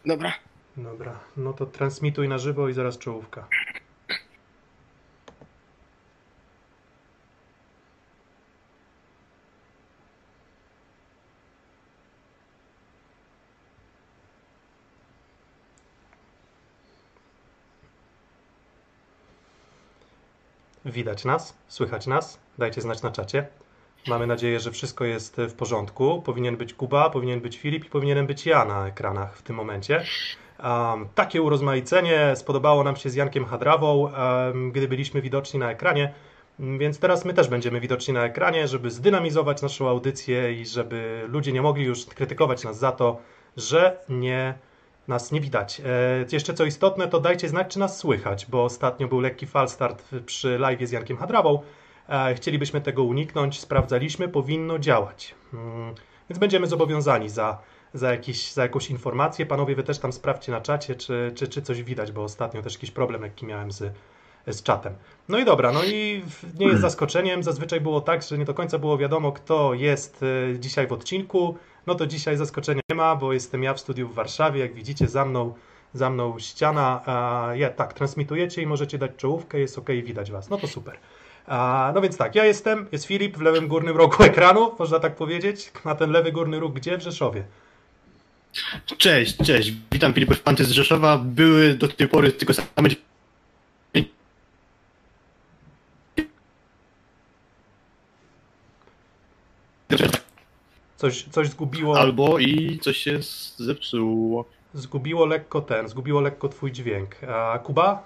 Dobra. Dobra, no to transmituj na żywo i zaraz czołówka. Widać nas? Słychać nas? Dajcie znać na czacie. Mamy nadzieję, że wszystko jest w porządku. Powinien być Kuba, powinien być Filip i powinienem być ja na ekranach w tym momencie. Takie urozmaicenie spodobało nam się z Jankiem Hadrawą, gdy byliśmy widoczni na ekranie, więc teraz my też będziemy widoczni na ekranie, żeby zdynamizować naszą audycję i żeby ludzie nie mogli już krytykować nas za to, że nas nie widać. Jeszcze co istotne, to dajcie znać, czy nas słychać, bo ostatnio był lekki falstart przy live z Jankiem Hadrawą. Chcielibyśmy tego uniknąć, sprawdzaliśmy, powinno działać. Więc będziemy zobowiązani za jakąś informację. Panowie, wy też tam sprawdźcie na czacie, czy coś widać, bo ostatnio też jakiś problem lekki miałem z czatem. No i dobra, no i nie jest zaskoczeniem. Zazwyczaj było tak, że nie do końca było wiadomo, kto jest dzisiaj w odcinku. No to dzisiaj zaskoczenia nie ma, bo jestem ja w studiu w Warszawie. Jak widzicie, za mną ściana. Tak, transmitujecie i możecie dać czołówkę, jest ok, widać was. No to super. No więc tak, ja jestem, jest Filip w lewym górnym rogu ekranu, można tak powiedzieć. A ten lewy górny róg gdzie? W Rzeszowie. Cześć, cześć. Witam, Filip Panty z Rzeszowa. Były do tej pory tylko same... Coś zgubiło. Albo i coś się zepsuło. Zgubiło lekko twój dźwięk. A Kuba?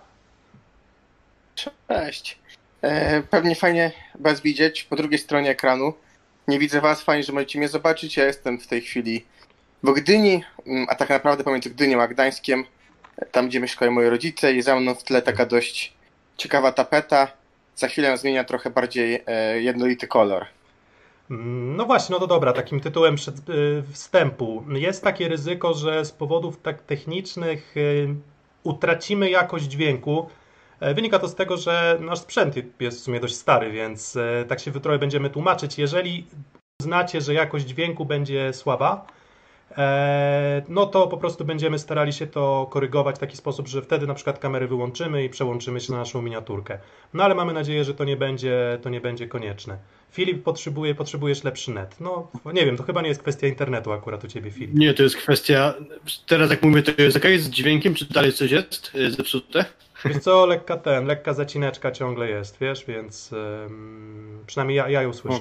Cześć. Pewnie fajnie was widzieć po drugiej stronie ekranu. Nie widzę was, fajnie, że możecie mnie zobaczyć. Ja jestem w tej chwili w Gdyni, a tak naprawdę pomiędzy Gdynią a Gdańskiem, tam gdzie mieszkają moi rodzice i za mną w tle taka dość ciekawa tapeta. Za chwilę zmienia trochę bardziej jednolity kolor. No właśnie, no to dobra, takim tytułem wstępu. Jest takie ryzyko, że z powodów tak technicznych utracimy jakość dźwięku. Wynika to z tego, że nasz sprzęt jest w sumie dość stary, więc tak się trochę będziemy tłumaczyć. Jeżeli uznacie, że jakość dźwięku będzie słaba, no to po prostu będziemy starali się to korygować w taki sposób, że wtedy na przykład kamerę wyłączymy i przełączymy się na naszą miniaturkę. No ale mamy nadzieję, że to nie będzie konieczne. Filip, potrzebujesz lepszy net. No nie wiem, to chyba nie jest kwestia internetu akurat u ciebie, Filip. Nie, to jest kwestia... Teraz jak mówię, to jest okej z dźwiękiem, czy dalej coś jest zepsute? Wiesz co, lekka zacineczka ciągle jest, wiesz, więc przynajmniej ja ją słyszę.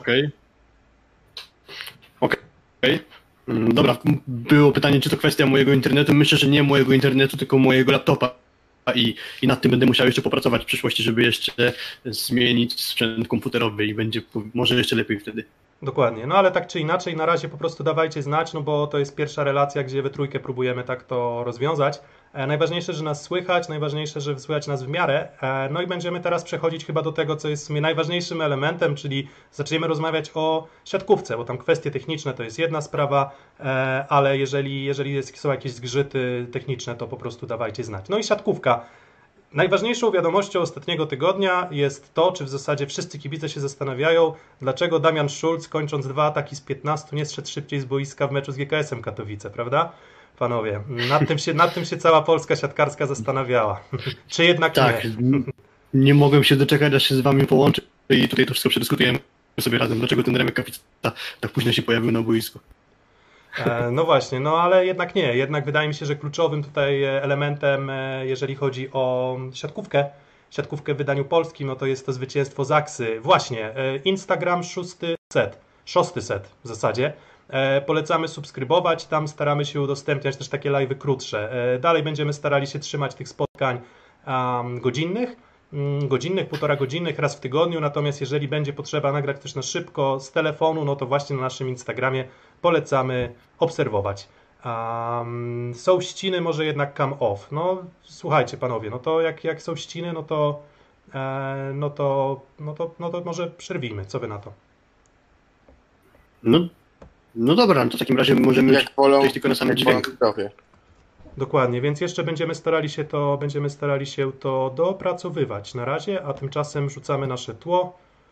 Okej. Dobra, było pytanie, czy to kwestia mojego internetu. Myślę, że nie mojego internetu, tylko mojego laptopa. I nad tym będę musiał jeszcze popracować w przyszłości, żeby jeszcze zmienić sprzęt komputerowy i będzie może jeszcze lepiej wtedy. Dokładnie, no ale tak czy inaczej, na razie po prostu dawajcie znać, no bo to jest pierwsza relacja, gdzie we trójkę próbujemy tak to rozwiązać. Najważniejsze, że nas słychać, najważniejsze, że słychać nas w miarę. No i będziemy teraz przechodzić chyba do tego, co jest w sumie najważniejszym elementem, czyli zaczniemy rozmawiać o siatkówce, bo tam kwestie techniczne to jest jedna sprawa, ale jeżeli są jakieś zgrzyty techniczne, to po prostu dawajcie znać. No i siatkówka. Najważniejszą wiadomością ostatniego tygodnia jest to, czy w zasadzie wszyscy kibice się zastanawiają, dlaczego Damian Schulz, kończąc 2 ataki z 15, nie zszedł szybciej z boiska w meczu z GKS-em Katowice, prawda? Panowie, nad tym się cała Polska siatkarska zastanawiała. Czy jednak tak, nie? Nie mogłem się doczekać, aż się z wami połączę i tutaj to wszystko przedyskutujemy sobie razem, dlaczego ten Remek Kapica tak późno się pojawił na boisku. No właśnie, no ale jednak nie. Jednak wydaje mi się, że kluczowym tutaj elementem, jeżeli chodzi o siatkówkę w wydaniu polskim, no to jest to zwycięstwo Zaksy. Właśnie, Instagram szósty set w zasadzie. Polecamy subskrybować, tam staramy się udostępniać też takie live'y krótsze. Dalej będziemy starali się trzymać tych spotkań godzinnych, półtora godzinnych raz w tygodniu, natomiast jeżeli będzie potrzeba nagrać też na szybko z telefonu, no to właśnie na naszym Instagramie polecamy obserwować. Są ściny, może jednak come off. No słuchajcie panowie, no to jak są ściny, no to może przerwijmy, co wy na to? No dobra, no to w takim razie możemy przejść tylko na sam dźwięk. Dokładnie, więc jeszcze będziemy starali się to dopracowywać na razie, a tymczasem rzucamy nasze tło.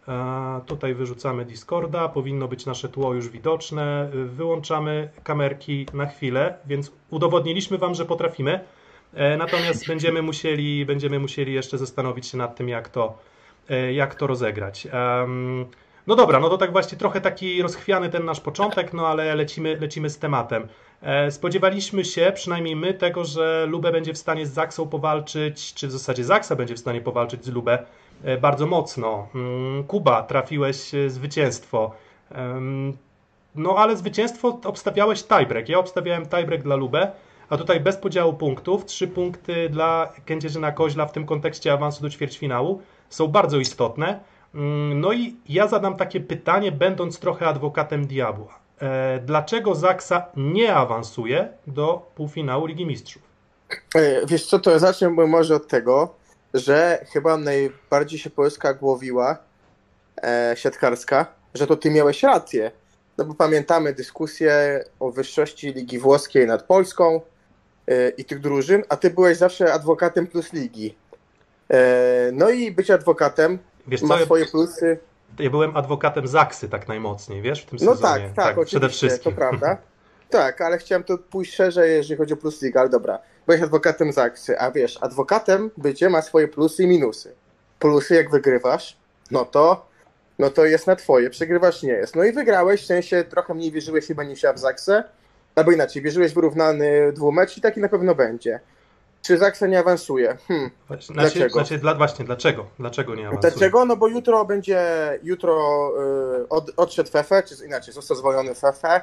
Tutaj wyrzucamy Discorda, powinno być nasze tło już widoczne. Wyłączamy kamerki na chwilę, więc udowodniliśmy Wam, że potrafimy. Natomiast będziemy musieli jeszcze zastanowić się nad tym, jak to rozegrać. No dobra, no to tak właśnie trochę taki rozchwiany ten nasz początek, no ale lecimy z tematem. Spodziewaliśmy się, przynajmniej my, tego, że Lube będzie w stanie z Zaksą powalczyć, czy w zasadzie Zaksa będzie w stanie powalczyć z Lube bardzo mocno. Kuba, trafiłeś zwycięstwo. No ale zwycięstwo obstawiałeś tiebreak. Ja obstawiałem tiebreak dla Lube, a tutaj bez podziału punktów, 3 punkty dla Kędzierzyna Koźla w tym kontekście awansu do ćwierćfinału są bardzo istotne. No i ja zadam takie pytanie, będąc trochę adwokatem diabła. Dlaczego Zaksa nie awansuje do półfinału Ligi Mistrzów? Wiesz co, to zacznę może od tego, że chyba najbardziej się Polska głowiła siatkarska, że to ty miałeś rację. No bo pamiętamy dyskusję o wyższości Ligi Włoskiej nad Polską i tych drużyn, a ty byłeś zawsze adwokatem plus ligi. No i być adwokatem ma swoje plusy. Ja byłem adwokatem Zaksy tak najmocniej, wiesz, w tym sezonie. No tak, przede wszystkim. To prawda. Tak, ale chciałem to pójść szerzej, jeżeli chodzi o plus liga, ale dobra. Byłeś adwokatem Zaksy, a wiesz, adwokatem bycie ma swoje plusy i minusy. Plusy jak wygrywasz, no to jest na twoje, przegrywasz nie jest. No i wygrałeś, w sensie trochę mniej wierzyłeś chyba niż ja w Zaksę, albo inaczej, wierzyłeś wyrównany dwumecz i taki na pewno będzie. Czy Zaksa nie awansuje? Dlaczego? Dlaczego? Dlaczego nie awansuje? Dlaczego? No bo jutro odszedł Fefe, czy inaczej, został zwolniony Fefe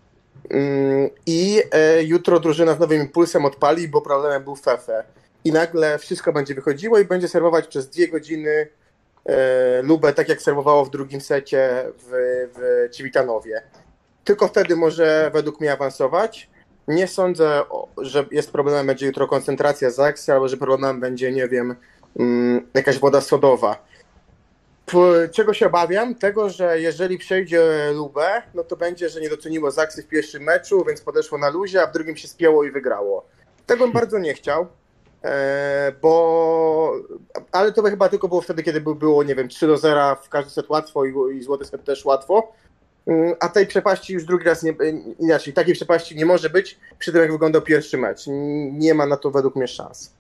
i jutro drużyna z nowym impulsem odpali, bo problemem był Fefe. I nagle wszystko będzie wychodziło i będzie serwować przez 2 godziny Lubę, tak jak serwowało w drugim secie w Civitanowie. Tylko wtedy może według mnie awansować. Nie sądzę, że jest problemem będzie jutro koncentracja Zaksy, albo że problemem będzie, nie wiem, jakaś woda sodowa. Czego się obawiam? Tego, że jeżeli przejdzie Lubę, no to będzie, że nie doceniło Zaksy w pierwszym meczu, więc podeszło na luzie, a w drugim się spięło i wygrało. Tego bym bardzo nie chciał, ale to by chyba tylko było wtedy, kiedy było, nie wiem, 3-0 w każdy set łatwo i złoty set też łatwo. A tej przepaści już drugi raz inaczej. Takiej przepaści nie może być przy tym, jak wyglądał pierwszy mecz. Nie ma na to według mnie szans.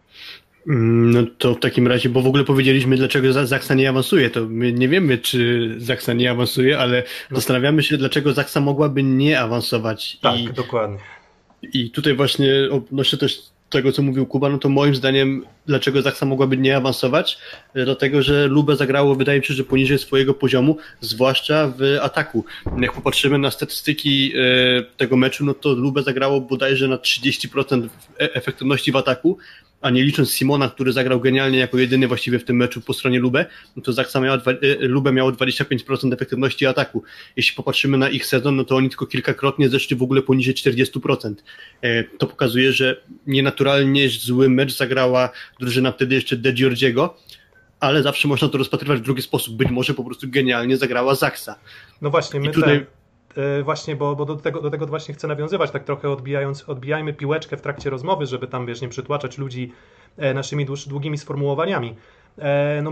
No to w takim razie, bo w ogóle powiedzieliśmy, dlaczego Zaksa nie awansuje, to my nie wiemy, czy Zaksa nie awansuje, ale zastanawiamy się, dlaczego Zaksa mogłaby nie awansować. Tak, dokładnie. I tutaj właśnie odnoszę też tego, co mówił Kuba, no to moim zdaniem, dlaczego Zaksa mogłaby nie awansować? Dlatego, że Lube zagrało, wydaje mi się, że poniżej swojego poziomu, zwłaszcza w ataku. Jak popatrzymy na statystyki tego meczu, no to Lube zagrało bodajże na 30% efektywności w ataku, a nie licząc Simona, który zagrał genialnie jako jedyny właściwie w tym meczu po stronie Lube, no to Lube miało 25% efektywności ataku. Jeśli popatrzymy na ich sezon, no to oni tylko kilkakrotnie zeszli w ogóle poniżej 40%. To pokazuje, że nienaturalnie zły mecz zagrała drużyna wtedy jeszcze De Giorgiego, ale zawsze można to rozpatrywać w drugi sposób. Być może po prostu genialnie zagrała Zaksa. No właśnie, właśnie, bo do tego właśnie chcę nawiązywać, tak trochę odbijajmy piłeczkę w trakcie rozmowy, żeby tam, wiesz, nie przytłaczać ludzi naszymi długimi sformułowaniami. No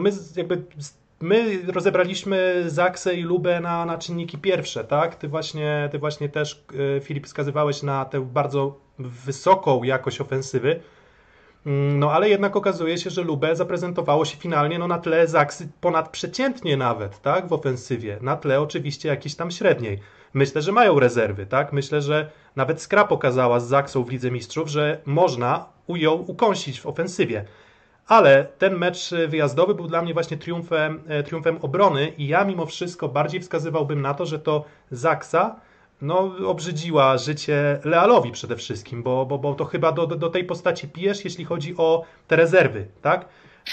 my rozebraliśmy Zaksę i Lubę na czynniki pierwsze, tak? Ty właśnie też, Filip, wskazywałeś na tę bardzo wysoką jakość ofensywy, no ale jednak okazuje się, że Lube zaprezentowało się finalnie na tle Zaksy ponadprzeciętnie nawet, tak? W ofensywie, na tle oczywiście jakiejś tam średniej. Myślę, że mają rezerwy, tak? Myślę, że nawet Skra pokazała z Zaksą w Lidze Mistrzów, że można ją ukąsić w ofensywie. Ale ten mecz wyjazdowy był dla mnie właśnie triumfem obrony i ja mimo wszystko bardziej wskazywałbym na to, że to Zaksa obrzydziła życie Lealowi przede wszystkim, bo to chyba do tej postaci pijesz, jeśli chodzi o te rezerwy, tak?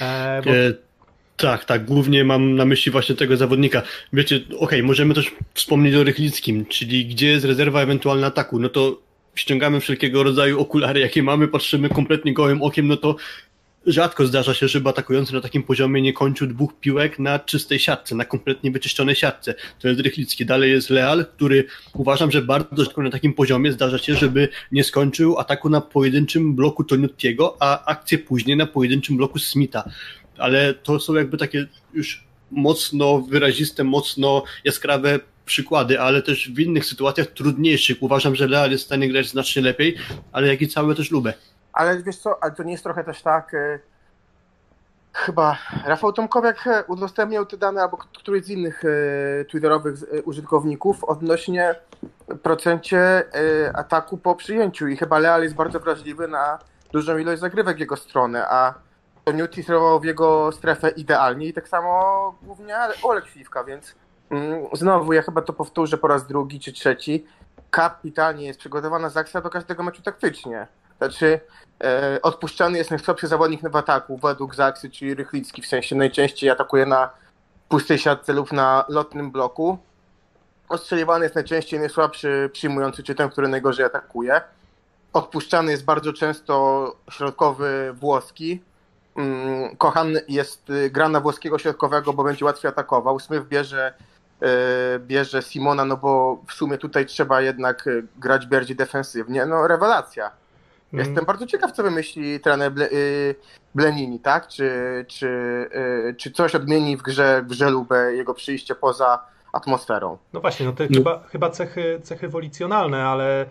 Tak, głównie mam na myśli właśnie tego zawodnika. Wiecie, możemy też wspomnieć o Rychlickim, czyli gdzie jest rezerwa ewentualna ataku, no to ściągamy wszelkiego rodzaju okulary, jakie mamy, patrzymy kompletnie gołym okiem, no to rzadko zdarza się, żeby atakujący na takim poziomie nie kończył 2 piłek na czystej siatce, na kompletnie wyczyszczonej siatce. To jest Rychlicki. Dalej jest Leal, który uważam, że bardzo rzadko na takim poziomie zdarza się, żeby nie skończył ataku na pojedynczym bloku Toniutiego, a akcję później na pojedynczym bloku Smitha. Ale to są jakby takie już mocno wyraziste, mocno jaskrawe przykłady, ale też w innych sytuacjach trudniejszych. Uważam, że Leal jest w stanie grać znacznie lepiej, ale jak i całe też Lubę. Ale wiesz co, ale to nie jest trochę też tak, chyba Rafał Tomkowiak udostępniał te dane, albo któryś z innych twitterowych użytkowników odnośnie procencie ataku po przyjęciu i chyba Leal jest bardzo wrażliwy na dużą ilość zagrywek w jego stronę, a to Newt celował w jego strefę idealnie i tak samo głównie Olek Śliwka, więc znowu ja chyba to powtórzę po raz drugi czy trzeci. Kapitalnie jest przygotowana Zaksa do każdego meczu taktycznie. Znaczy odpuszczany jest najsłabszy zawodnik w ataku według Zaksy, czyli Rychlicki, w sensie najczęściej atakuje na pustej siatce lub na lotnym bloku. Ostrzeliwany jest najczęściej najsłabszy przyjmujący, czy ten, który najgorzej atakuje. Odpuszczany jest bardzo często środkowy włoski. Kochan jest gra na włoskiego środkowego, bo będzie łatwiej atakował. Smith bierze Simona, no bo w sumie tutaj trzeba jednak grać bardziej defensywnie. No rewelacja. Jestem bardzo ciekaw, co wymyśli trener Blenini, tak? Czy coś odmieni w grze Lubę, jego przyjście poza atmosferą. No właśnie, no to chyba cechy wolicjonalne, ale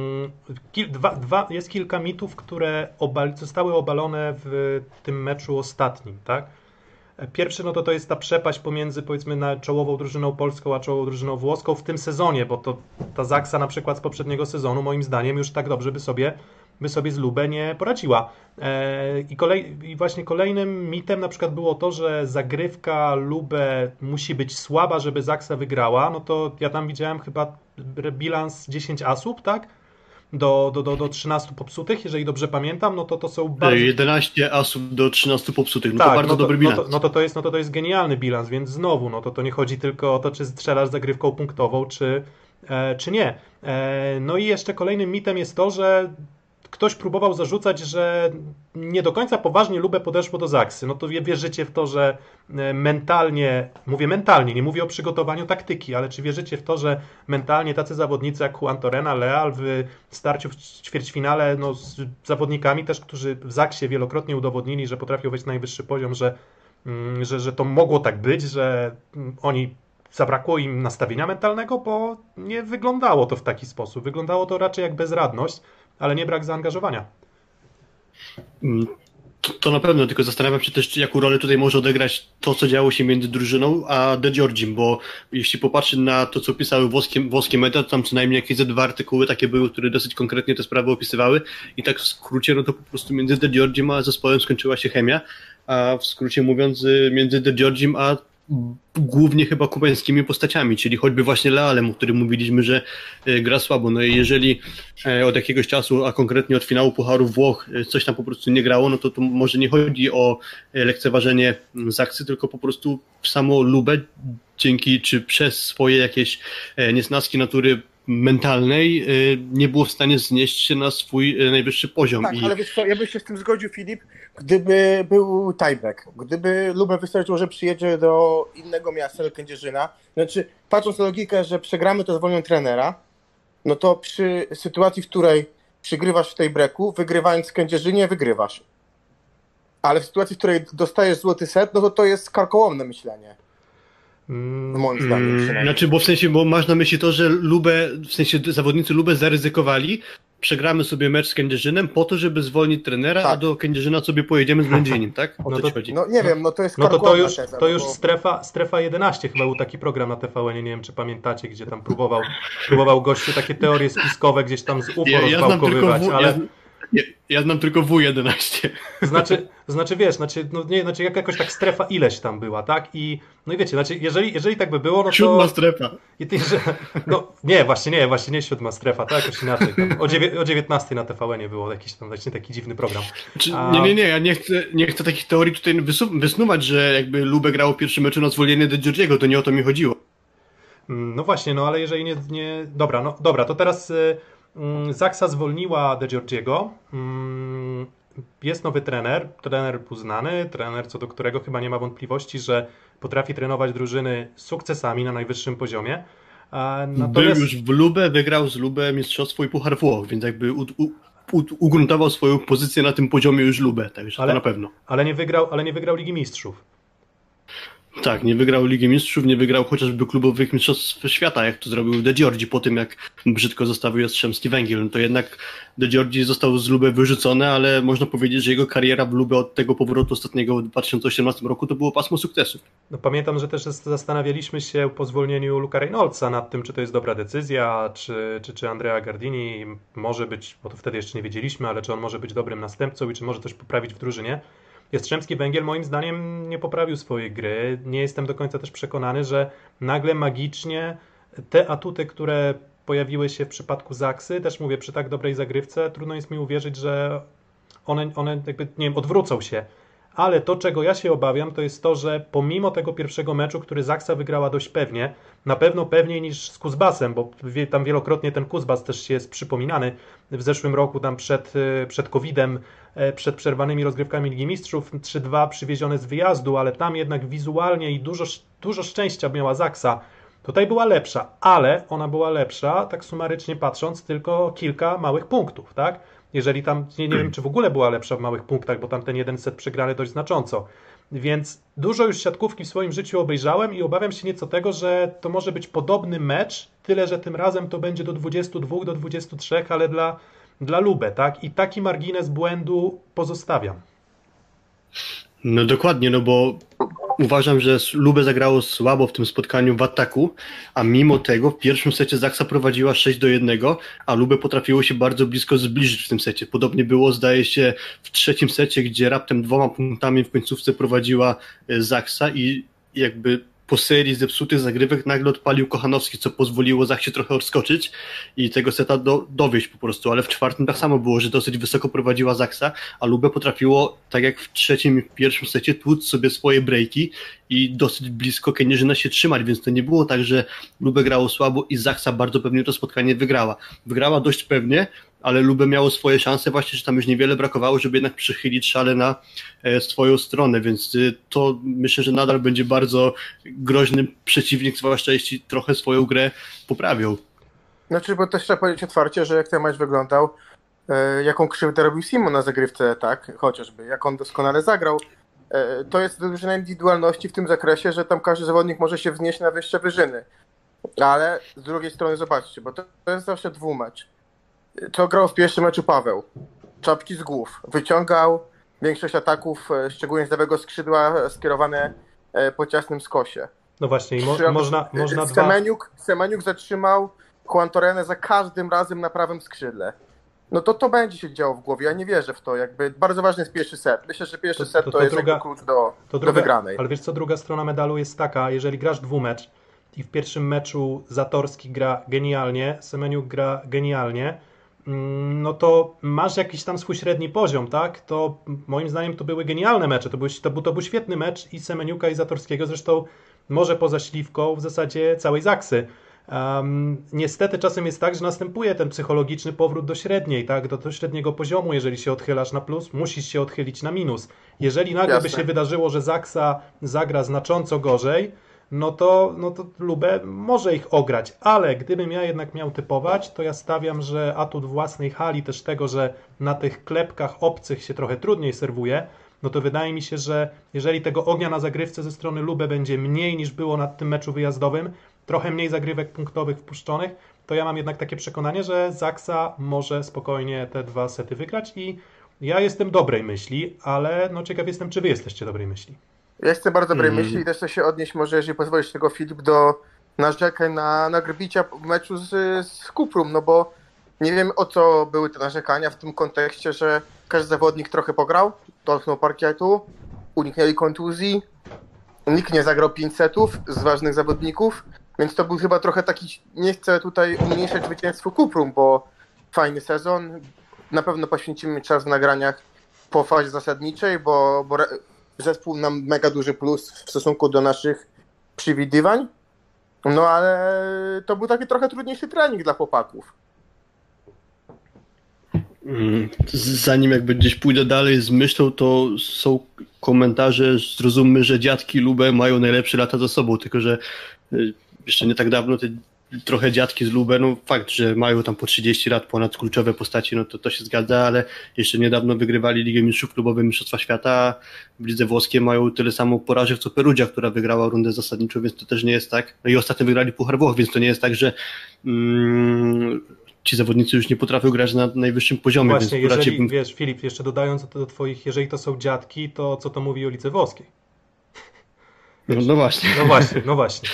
jest kilka mitów, które zostały obalone w tym meczu ostatnim, tak? Pierwszy, no to jest ta przepaść pomiędzy, powiedzmy, czołową drużyną polską a czołową drużyną włoską w tym sezonie, bo to ta Zaksa na przykład z poprzedniego sezonu moim zdaniem już tak dobrze by sobie z Lubę nie poradziła. I właśnie kolejnym mitem na przykład było to, że zagrywka Lubę musi być słaba, żeby Zaksa wygrała. No to ja tam widziałem chyba bilans 10 asów, tak? Do 13 popsutych, jeżeli dobrze pamiętam, no to są bardzo... 11 asów do 13 popsutych, no tak, to bardzo dobry bilans. To jest genialny bilans, więc znowu, no to nie chodzi tylko o to, czy strzelasz zagrywką punktową, czy nie. No i jeszcze kolejnym mitem jest to, że ktoś próbował zarzucać, że nie do końca poważnie Lubę podeszło do Zaksy. No to wierzycie w to, że mentalnie, nie mówię o przygotowaniu taktyki, ale czy wierzycie w to, że mentalnie tacy zawodnicy jak Juan Torena, Leal w starciu w ćwierćfinale z zawodnikami też, którzy w Zaksie wielokrotnie udowodnili, że potrafią wejść na najwyższy poziom, że to mogło tak być, że oni zabrakło im nastawienia mentalnego, bo nie wyglądało to w taki sposób. Wyglądało to raczej jak bezradność, ale nie brak zaangażowania. To na pewno, tylko zastanawiam się też, jaką rolę tutaj może odegrać to, co działo się między drużyną a De Giorgim, bo jeśli popatrzy na to, co pisały włoskie media, to tam co najmniej jakieś 2 artykuły takie były, które dosyć konkretnie te sprawy opisywały i tak w skrócie, no to po prostu między De Giorgim a zespołem skończyła się chemia, a w skrócie mówiąc między De Giorgim a głównie chyba kubańskimi postaciami, czyli choćby właśnie Lealem, o którym mówiliśmy, że gra słabo. No i jeżeli od jakiegoś czasu, a konkretnie od finału Pucharu Włoch coś tam po prostu nie grało, no to może nie chodzi o lekceważenie Zaksy, tylko po prostu samo Lubę dzięki czy przez swoje jakieś niesnaski natury mentalnej nie było w stanie znieść się na swój najwyższy poziom. Tak, ale wiesz co, ja bym się z tym zgodził, Filip, gdyby był tiebreak, gdyby Lubę wystarczyło, że przyjedzie do innego miasta, do Kędzierzyna, znaczy patrząc na logikę, że przegramy, to zwolnią trenera, no to przy sytuacji, w której przygrywasz w tej breaku, wygrywając w Kędzierzynie, wygrywasz. Ale w sytuacji, w której dostajesz złoty set, no to jest karkołomne myślenie. Moim zdaniem. Znaczy, bo masz na myśli to, że zawodnicy Lubę zaryzykowali, przegramy sobie mecz z Kędzierzynem po to, żeby zwolnić trenera, tak. A do Kędzierzyna sobie pojedziemy z Będzinim, tak? O co ci chodzi? No nie wiem, no to jest to już strefa 11 chyba był taki program na TVN, nie wiem czy pamiętacie, gdzie tam próbował gościu takie teorie spiskowe gdzieś tam z UFO rozwałkowywać, ale... Ja znam tylko W11. Znaczy wiesz, jakoś tak strefa ileś tam była, tak? I no i wiecie, jeżeli tak by było, no to... 7. strefa. Właśnie nie 7. strefa, tak? Jakoś inaczej. O 19 na TVN-ie było jakiś tam właśnie taki dziwny program. Nie, ja nie chcę takich teorii tutaj wysnuwać, że jakby Lubę grało w pierwszym meczu na zwolnienie De Giorgiego, to nie o to mi chodziło. No właśnie, no ale jeżeli nie... Dobra, to teraz... Zaksa zwolniła De Giorgiego, jest nowy trener uznany, trener co do którego chyba nie ma wątpliwości, że potrafi trenować drużyny z sukcesami na najwyższym poziomie. Był już w Lubę, wygrał z Lubę mistrzostwo i Puchar Włoch, więc jakby ugruntował swoją pozycję na tym poziomie już Lubę, także to na pewno. Ale nie wygrał Ligi Mistrzów. Tak, nie wygrał Ligi Mistrzów, nie wygrał chociażby klubowych mistrzostw świata, jak to zrobił De Giorgi po tym, jak brzydko zostawił Jastrzębski Węgiel. No to jednak De Giorgi został z Lubę wyrzucony, ale można powiedzieć, że jego kariera w Lubę od tego powrotu ostatniego w 2018 roku to było pasmo sukcesu. No, pamiętam, że też zastanawialiśmy się po zwolnieniu Luka Reynoldsa nad tym, czy to jest dobra decyzja, czy Andrea Gardini może być, bo to wtedy jeszcze nie wiedzieliśmy, ale czy on może być dobrym następcą i czy może coś poprawić w drużynie. Jastrzębski Węgiel moim zdaniem nie poprawił swojej gry. Nie jestem do końca też przekonany, że nagle magicznie te atuty, które pojawiły się w przypadku Zaksy, też mówię, przy tak dobrej zagrywce, trudno jest mi uwierzyć, że one jakby, nie wiem, odwrócą się. Ale to, czego ja się obawiam, to jest to, że pomimo tego pierwszego meczu, który Zaksa wygrała dość pewnie, na pewno pewniej niż z Kuzbasem, bo tam wielokrotnie ten Kuzbas też jest przypominany. W zeszłym roku tam przed COVID-em, przed przerwanymi rozgrywkami Ligi Mistrzów 3-2 przywiezione z wyjazdu, ale tam jednak wizualnie i dużo szczęścia miała Zaksa. Tutaj była lepsza, ale ona była lepsza, tak sumarycznie patrząc, tylko kilka małych punktów, tak? Jeżeli tam, nie wiem, czy w ogóle była lepsza w małych punktach, bo tam ten jeden set przegrany dość znacząco. Więc dużo już siatkówki w swoim życiu obejrzałem i obawiam się nieco tego, że to może być podobny mecz, tyle że tym razem to będzie do 22, do 23, ale dla Lubę, tak? I taki margines błędu pozostawiam. No dokładnie, no bo uważam, że Lubę zagrało słabo w tym spotkaniu w ataku, a mimo tego w pierwszym secie Zaksa prowadziła 6-1, a Lubę potrafiło się bardzo blisko zbliżyć w tym secie. Podobnie było, zdaje się, w trzecim secie, gdzie raptem 2 punktami w końcówce prowadziła Zaksa i jakby po serii zepsutych zagrywek nagle odpalił Kochanowski, co pozwoliło Zaksie trochę odskoczyć i tego seta dowieść po prostu, ale w czwartym tak samo było, że dosyć wysoko prowadziła Zaksa, a Lubę potrafiło, tak jak w trzecim i w pierwszym secie, tłuc sobie swoje breaki i dosyć blisko Kędzierzyna się trzymać, więc to nie było tak, że Lubę grało słabo i Zaksa bardzo pewnie to spotkanie wygrała. Wygrała dość pewnie, ale Lubę miało swoje szanse właśnie, że tam już niewiele brakowało, żeby jednak przychylić szale na swoją stronę, więc to myślę, że nadal będzie bardzo groźny przeciwnik, zwłaszcza jeśli trochę swoją grę poprawią. Znaczy, bo też trzeba powiedzieć otwarcie, że jak ten mecz wyglądał, jaką krzywdę robił Simon na zagrywce, tak, chociażby, jak on doskonale zagrał, to jest drużyna indywidualności w tym zakresie, że tam każdy zawodnik może się wznieść na wyższe wyżyny. Ale z drugiej strony zobaczcie, bo to jest zawsze dwumecz. Co grał w pierwszym meczu Paweł? Czapki z głów. Wyciągał większość ataków, szczególnie z lewego skrzydła, skierowane po ciasnym skosie. No właśnie, można Semeniuk zatrzymał Juan Torrenę za każdym razem na prawym skrzydle. No to będzie się działo w głowie. Ja nie wierzę w to. Jakby bardzo ważny jest pierwszy set. Myślę, że pierwszy set to jest jakby klucz do wygranej. Ale wiesz co, druga strona medalu jest taka, jeżeli grasz dwumecz i w pierwszym meczu Zatorski gra genialnie, Semeniuk gra genialnie, no to masz jakiś tam swój średni poziom, tak? To moim zdaniem to były genialne mecze, to był świetny mecz i Semeniuka i Zatorskiego, zresztą może poza Śliwką w zasadzie całej Zaksy. Niestety czasem jest tak, że następuje ten psychologiczny powrót do średniej, tak? Do średniego poziomu, jeżeli się odchylasz na plus, musisz się odchylić na minus. Jeżeli nagle by się wydarzyło, że Zaksa zagra znacząco gorzej, no to Lubę może ich ograć, ale gdybym ja jednak miał typować, to ja stawiam, że atut własnej hali, też tego, że na tych klepkach obcych się trochę trudniej serwuje, no to wydaje mi się, że jeżeli tego ognia na zagrywce ze strony Lubę będzie mniej niż było na tym meczu wyjazdowym, trochę mniej zagrywek punktowych wpuszczonych, to ja mam jednak takie przekonanie, że Zaksa może spokojnie te 2 sety wygrać i ja jestem dobrej myśli, ale no ciekaw jestem, czy wy jesteście dobrej myśli. Ja jestem bardzo dobrej myśli i też chcę się odnieść, może jeżeli pozwolisz tego, Filip, do narzekań na Grbicia w meczu z Kuprum, no bo nie wiem, o co były te narzekania w tym kontekście, że każdy zawodnik trochę pograł, dotknął parkietu, uniknęli kontuzji, nikt nie zagrał 5 setów z ważnych zawodników, więc to był chyba trochę taki, nie chcę tutaj umniejszać zwycięstwu Kuprum, bo fajny sezon, na pewno poświęcimy czas w nagraniach po fazie zasadniczej, bo zespół nam mega duży plus w stosunku do naszych przewidywań, no ale to był taki trochę trudniejszy trening dla chłopaków. Zanim jakby gdzieś pójdę dalej z myślą, to są komentarze, zrozummy, że dziadki Lubę mają najlepsze lata za sobą, tylko że jeszcze nie tak dawno te trochę dziadki z Lubę, no fakt, że mają tam po 30 lat ponad kluczowe postaci, no to się zgadza, ale jeszcze niedawno wygrywali Ligę Mistrzów Klubowe Mistrzostwa Świata, a w lidze włoskiej mają tyle samo porażek co Perugia, która wygrała rundę zasadniczą, więc to też nie jest tak. No i ostatnio wygrali Puchar Włoch, więc to nie jest tak, że ci zawodnicy już nie potrafią grać na najwyższym poziomie. Właśnie, więc jeżeli, wiesz, Filip, jeszcze dodając do twoich, jeżeli to są dziadki, to co to mówi o lidze włoskiej? No właśnie. No właśnie.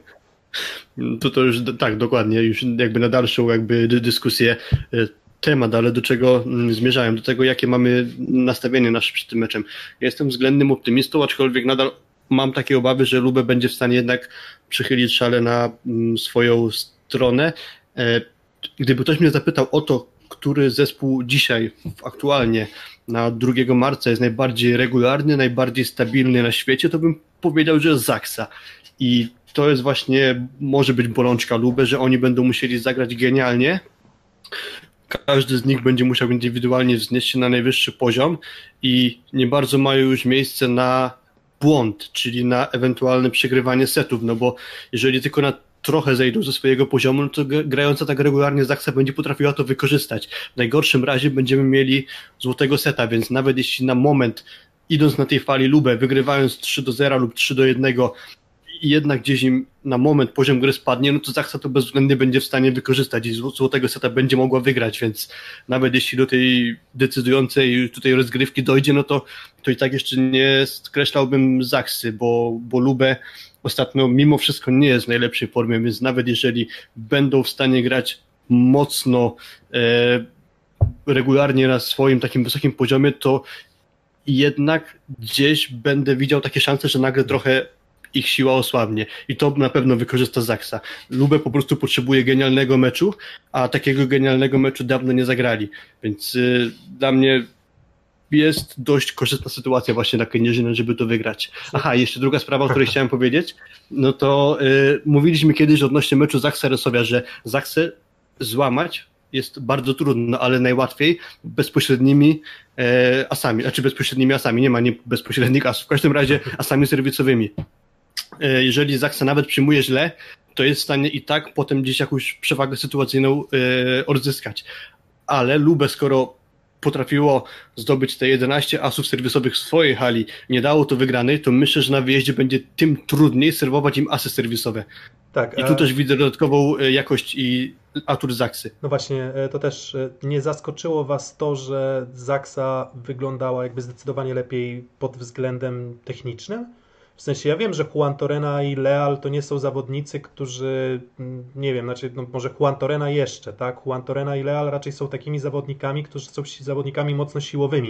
To już tak, dokładnie, już jakby na dalszą jakby dyskusję temat, ale do czego zmierzałem? Do tego, jakie mamy nastawienie nasze przed tym meczem. Ja jestem względnym optymistą, aczkolwiek nadal mam takie obawy, że Lubę będzie w stanie jednak przychylić szale na swoją stronę. Gdyby ktoś mnie zapytał o to, który zespół dzisiaj, aktualnie na 2 marca jest najbardziej regularny, najbardziej stabilny na świecie, to bym powiedział, że Zaksa. I to jest właśnie, może być bolączka Lubę, że oni będą musieli zagrać genialnie. Każdy z nich będzie musiał indywidualnie wznieść się na najwyższy poziom i nie bardzo mają już miejsce na błąd, czyli na ewentualne przegrywanie setów, no bo jeżeli tylko na trochę zejdą ze swojego poziomu, no to grająca tak regularnie Zaksa będzie potrafiła to wykorzystać. W najgorszym razie będziemy mieli złotego seta, więc nawet jeśli na moment, idąc na tej fali Lubę, wygrywając 3-0 lub 3-1, i jednak gdzieś im na moment poziom gry spadnie, no to Zaksa to bezwzględnie będzie w stanie wykorzystać i złotego seta będzie mogła wygrać, więc nawet jeśli do tej decydującej tutaj rozgrywki dojdzie, no to i tak jeszcze nie skreślałbym Zaksy, bo Lubę ostatnio mimo wszystko nie jest w najlepszej formie, więc nawet jeżeli będą w stanie grać mocno, regularnie na swoim takim wysokim poziomie, to jednak gdzieś będę widział takie szanse, że nagle trochę ich siła osłabnie i to na pewno wykorzysta Zaksa. Lubę po prostu potrzebuje genialnego meczu, a takiego genialnego meczu dawno nie zagrali, więc dla mnie jest dość korzystna sytuacja właśnie na Kędzierzynę, żeby to wygrać. Aha, jeszcze druga sprawa, o której chciałem powiedzieć, no to mówiliśmy kiedyś odnośnie meczu Zaksa-Resowia, że Zaksę złamać jest bardzo trudno, ale najłatwiej bezpośrednimi asami, bezpośrednimi asami, nie ma bezpośrednich asów, w każdym razie asami serwisowymi. Jeżeli Zaksa nawet przyjmuje źle, to jest w stanie i tak potem gdzieś jakąś przewagę sytuacyjną odzyskać. Ale Lubę, skoro potrafiło zdobyć te 11 asów serwisowych w swojej hali, nie dało to wygranej, to myślę, że na wyjeździe będzie tym trudniej serwować im asy serwisowe. Tak, i tu też widzę dodatkową jakość i atut Zaksy. No właśnie, to też nie zaskoczyło was to, że Zaksa wyglądała jakby zdecydowanie lepiej pod względem technicznym? W sensie ja wiem, że Juan Torena i Leal to nie są zawodnicy, którzy, nie wiem, znaczy no może Juan Torena jeszcze, tak? Juan Torena i Leal raczej są takimi zawodnikami, którzy są zawodnikami mocno siłowymi.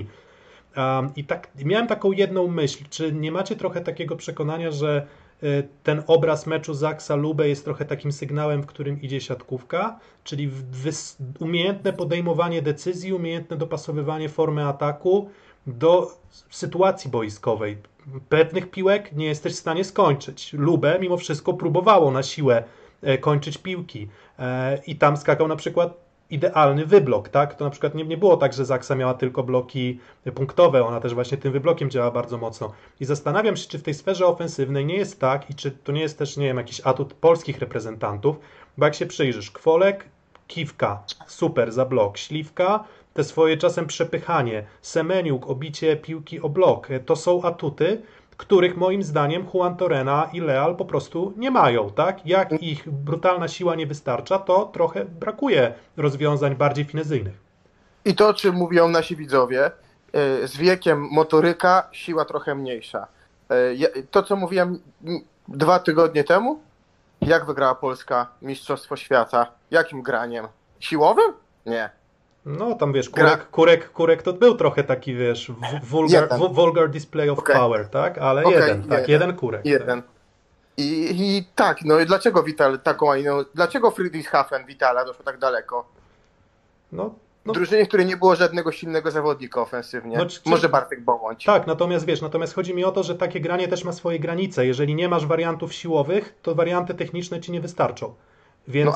I tak miałem taką jedną myśl, czy nie macie trochę takiego przekonania, że ten obraz meczu Zaksa-Lubę jest trochę takim sygnałem, w którym idzie siatkówka, czyli umiejętne podejmowanie decyzji, umiejętne dopasowywanie formy ataku do sytuacji boiskowej. Pewnych piłek nie jesteś w stanie skończyć. Lubę mimo wszystko próbowało na siłę kończyć piłki i tam skakał na przykład idealny wyblok, tak? To na przykład nie było tak, że Zaksa miała tylko bloki punktowe, ona też właśnie tym wyblokiem działa bardzo mocno. I zastanawiam się, czy w tej sferze ofensywnej nie jest tak i czy to nie jest też, nie wiem, jakiś atut polskich reprezentantów, bo jak się przyjrzysz, Kwolek, Kiwka, super za blok, Śliwka, te swoje czasem przepychanie, Semeniuk, obicie piłki o blok, to są atuty, których moim zdaniem Juan Torena i Leal po prostu nie mają, tak? Jak ich brutalna siła nie wystarcza, to trochę brakuje rozwiązań bardziej finezyjnych. I to, o czym mówią nasi widzowie, z wiekiem motoryka, siła trochę mniejsza. To, co mówiłem 2 tygodnie temu, jak wygrała Polska Mistrzostwo Świata? Jakim graniem? Siłowym? Nie. No tam wiesz, Kurek to był trochę taki, wiesz, vulgar display of power, tak? Ale jeden Kurek. Jeden. Tak. I tak, no i dlaczego Vital taką, dlaczego Friedrichshafen Vitala doszło tak daleko? No. W drużynie, w której nie było żadnego silnego zawodnika ofensywnie. Może Bartek Bołądź. Tak, natomiast chodzi mi o to, że takie granie też ma swoje granice. Jeżeli nie masz wariantów siłowych, to warianty techniczne ci nie wystarczą. Więc,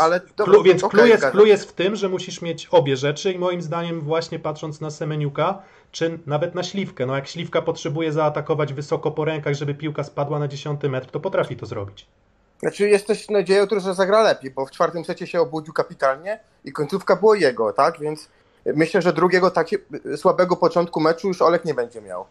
clue jest w tym, że musisz mieć obie rzeczy i moim zdaniem właśnie patrząc na Semeniuka, czy nawet na Śliwkę, no jak Śliwka potrzebuje zaatakować wysoko po rękach, żeby piłka spadła na 10 metr, to potrafi to zrobić. Znaczy jest też nadzieja, że zagra lepiej, bo w czwartym secie się obudził kapitalnie i końcówka była jego, tak? Więc myślę, że drugiego takiego słabego początku meczu już Olek nie będzie miał.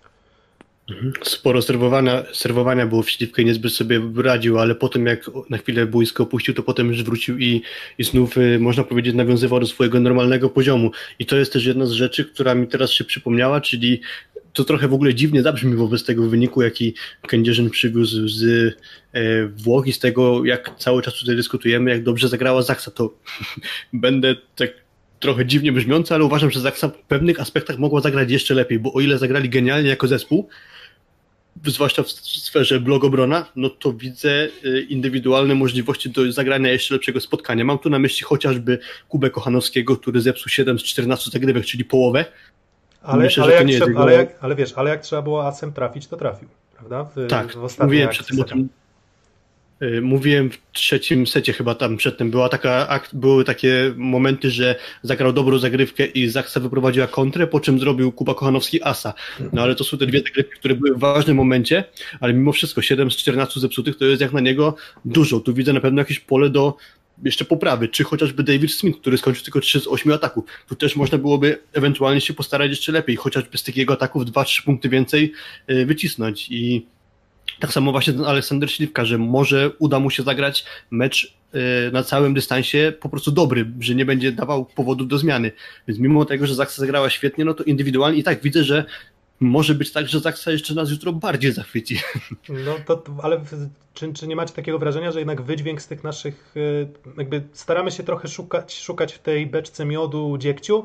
Sporo serwowania było w śliwkę i niezbyt sobie radził, ale potem jak na chwilę boisko opuścił, to potem już wrócił i znów, można powiedzieć, nawiązywał do swojego normalnego poziomu. I to jest też jedna z rzeczy, która mi teraz się przypomniała, czyli to trochę w ogóle dziwnie zabrzmi wobec tego wyniku, jaki Kędzierzyn przywiózł z Włoch i z tego, jak cały czas tutaj dyskutujemy, jak dobrze zagrała Zaksa. To będę tak trochę dziwnie brzmiący, ale uważam, że Zaksa w pewnych aspektach mogła zagrać jeszcze lepiej, bo o ile zagrali genialnie jako zespół, zwłaszcza w sferze blogobrona, no to widzę indywidualne możliwości do zagrania jeszcze lepszego spotkania. Mam tu na myśli chociażby Kubę Kochanowskiego, który zepsuł 7 z 14 zagrywek, czyli połowę. Myślę, że to nie jest jego... ale jak trzeba było asem trafić, to trafił, prawda? Tak, mówiłem przed tym o tym. Mówiłem w trzecim secie chyba tam przedtem były takie momenty, że zagrał dobrą zagrywkę i Zaksa wyprowadziła kontrę, po czym zrobił Kuba Kochanowski asa. No ale to są te dwie zagrywki, które były w ważnym momencie, ale mimo wszystko 7 z 14 zepsutych to jest jak na niego dużo. Tu widzę na pewno jakieś pole do jeszcze poprawy, czy chociażby David Smith, który skończył tylko 3 z 8 ataków. Tu też można byłoby ewentualnie się postarać jeszcze lepiej, chociażby z takiego ataków 2-3 punkty więcej wycisnąć. I tak samo właśnie ten Aleksander Śliwka, że może uda mu się zagrać mecz na całym dystansie po prostu dobry, że nie będzie dawał powodu do zmiany. Więc mimo tego, że Zaksa zagrała świetnie, no to indywidualnie i tak widzę, że może być tak, że Zaksa jeszcze nas jutro bardziej zachwyci. No to, ale czy nie macie takiego wrażenia, że jednak wydźwięk z tych naszych, jakby staramy się trochę szukać w tej beczce miodu dziegciu,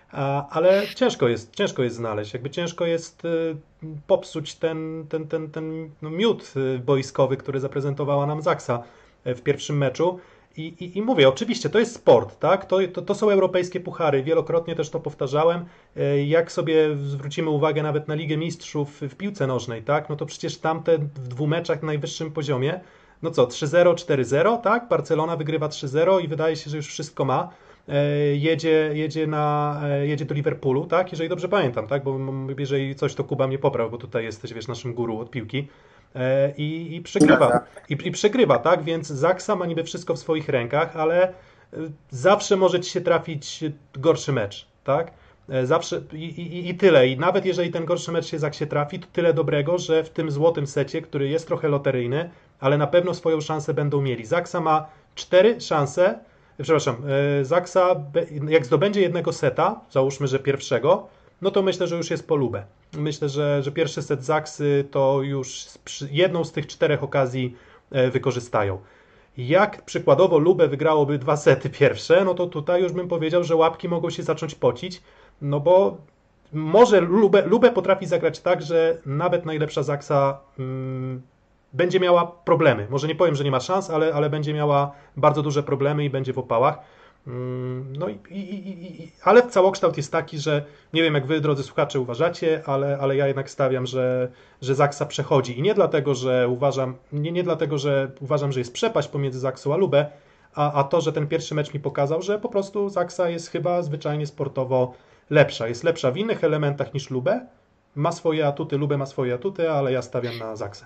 ale ciężko jest znaleźć, jakby ciężko jest popsuć ten miód boiskowy, który zaprezentowała nam Zaksa w pierwszym meczu. I mówię, oczywiście to jest sport, tak? To są europejskie puchary, wielokrotnie też to powtarzałem. Jak sobie zwrócimy uwagę nawet na Ligę Mistrzów w piłce nożnej, tak? No to przecież tamte w 2 meczach na najwyższym poziomie, no co, 3-0, 4-0, tak? Barcelona wygrywa 3-0 i wydaje się, że już wszystko ma. Jedzie do Liverpoolu, tak? Jeżeli dobrze pamiętam, tak? Bo jeżeli coś, to Kuba mnie popraw, bo tutaj jesteś, wiesz, naszym guru od piłki. I przegrywa. I przegrywa, tak? Więc Zaksa ma niby wszystko w swoich rękach, ale zawsze może ci się trafić gorszy mecz, tak? Zawsze i tyle. I nawet jeżeli ten gorszy mecz się Zaksie trafi, to tyle dobrego, że w tym złotym secie, który jest trochę loteryjny, ale na pewno swoją szansę będą mieli. Zaksa ma 4 szanse. Przepraszam, Zaksa, jak zdobędzie jednego seta, załóżmy, że pierwszego, no to myślę, że już jest po Lubę. Myślę, że pierwszy set Zaksy to już jedną z tych 4 okazji wykorzystają. Jak przykładowo Lubę wygrałoby 2 sety pierwsze, no to tutaj już bym powiedział, że łapki mogą się zacząć pocić, no bo może Lubę potrafi zagrać tak, że nawet najlepsza Zaksa będzie miała problemy. Może nie powiem, że nie ma szans, ale będzie miała bardzo duże problemy i będzie w opałach. No ale całokształt jest taki, że nie wiem, jak wy, drodzy słuchacze, uważacie, ale ja jednak stawiam, że Zaksa przechodzi. I nie dlatego, że uważam, że jest przepaść pomiędzy Zaksą a Lubę, a to, że ten pierwszy mecz mi pokazał, że po prostu Zaksa jest chyba zwyczajnie sportowo lepsza. Jest lepsza w innych elementach niż Lubę. Ma swoje atuty, Lubę ma swoje atuty, ale ja stawiam na Zaksę.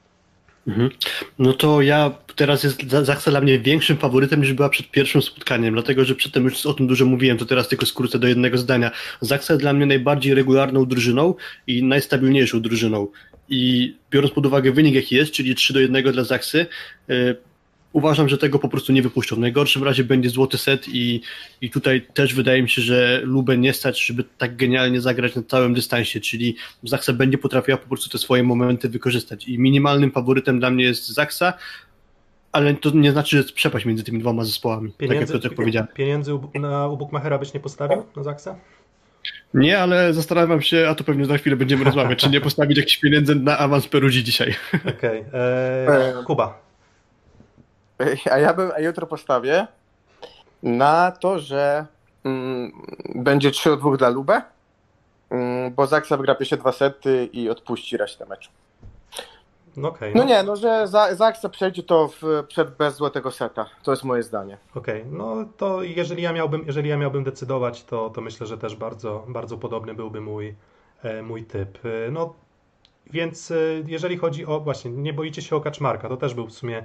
No to teraz jest Zaksa dla mnie większym faworytem niż była przed pierwszym spotkaniem, dlatego że przedtem już o tym dużo mówiłem, to teraz tylko skrócę do jednego zdania. Zaksa jest dla mnie najbardziej regularną drużyną i najstabilniejszą drużyną i biorąc pod uwagę wynik jaki jest, czyli 3-1 dla Zaksy, uważam, że tego po prostu nie wypuszczą. W najgorszym razie będzie złoty set i tutaj też wydaje mi się, że Lubę nie stać, żeby tak genialnie zagrać na całym dystansie, czyli Zaksa będzie potrafiła po prostu te swoje momenty wykorzystać i minimalnym faworytem dla mnie jest Zaksa, ale to nie znaczy, że jest przepaść między tymi 2 zespołami, tak jak Piotrek powiedział. Pieniędzy u Bukmachera byś nie postawił na Zaksę? Nie, ale zastanawiam się, a to pewnie za chwilę będziemy rozmawiać, czy nie postawić jakichś pieniędzy na awans Perugii dzisiaj. Okej. Kuba. A ja jutro postawię na to, że będzie 3-2 dla Lubę, bo Zaksa wygra pierwsze 2 sety i odpuści resztę meczu. Okay, że Zaksa przejdzie to bez złotego seta. To jest moje zdanie. Okej, no to jeżeli ja miałbym decydować, to myślę, że też bardzo, bardzo podobny byłby mój typ. No więc jeżeli chodzi o, właśnie, nie boicie się o Kaczmarka, to też był w sumie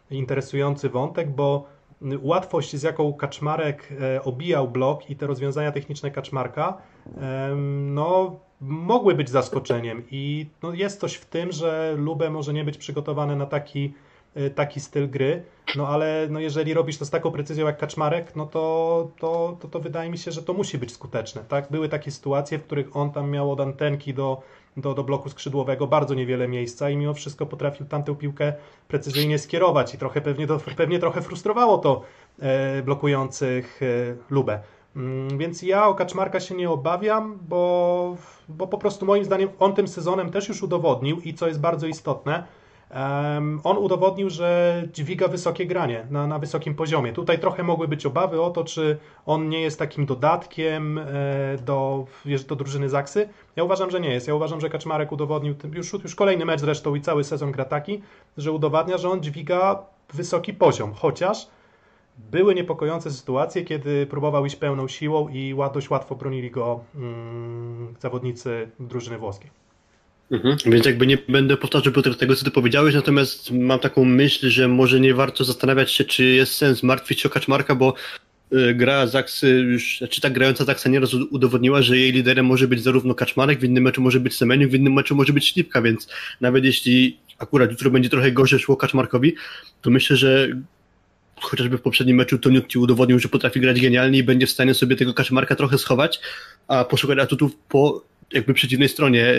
interesujący wątek, bo łatwość, z jaką Kaczmarek obijał blok i te rozwiązania techniczne Kaczmarka, no, mogły być zaskoczeniem i no, jest coś w tym, że Lubę może nie być przygotowany na taki styl gry, no ale no, jeżeli robisz to z taką precyzją jak Kaczmarek, no to wydaje mi się, że to musi być skuteczne. Tak? Były takie sytuacje, w których on tam miał od antenki do bloku skrzydłowego bardzo niewiele miejsca i mimo wszystko potrafił tamtę piłkę precyzyjnie skierować i pewnie trochę frustrowało to blokujących Lubę. Więc ja o Kaczmarka się nie obawiam, bo po prostu moim zdaniem on tym sezonem też już udowodnił i co jest bardzo istotne, on udowodnił, że dźwiga wysokie granie na wysokim poziomie. Tutaj trochę mogły być obawy o to, czy on nie jest takim dodatkiem do drużyny Zaksy. Ja uważam, że nie jest. Ja uważam, że Kaczmarek udowodnił, już kolejny mecz zresztą i cały sezon gra taki, że udowadnia, że on dźwiga wysoki poziom, chociaż były niepokojące sytuacje, kiedy próbował iść pełną siłą i dość łatwo bronili go zawodnicy drużyny włoskiej. Więc jakby nie będę powtarzał tego, co ty powiedziałeś, natomiast mam taką myśl, że może nie warto zastanawiać się, czy jest sens martwić się o Kaczmarka, bo gra Zaksy już, czy ta grająca Zaksa nieraz udowodniła, że jej liderem może być zarówno Kaczmarek, w innym meczu może być Semeniuk, w innym meczu może być Śliwka, więc nawet jeśli akurat jutro będzie trochę gorzej szło Kaczmarkowi, to myślę, że chociażby w poprzednim meczu Toniutti udowodnił, że potrafi grać genialnie i będzie w stanie sobie tego Kaczmarka trochę schować, a poszukać atutów po jakby przeciwnej stronie,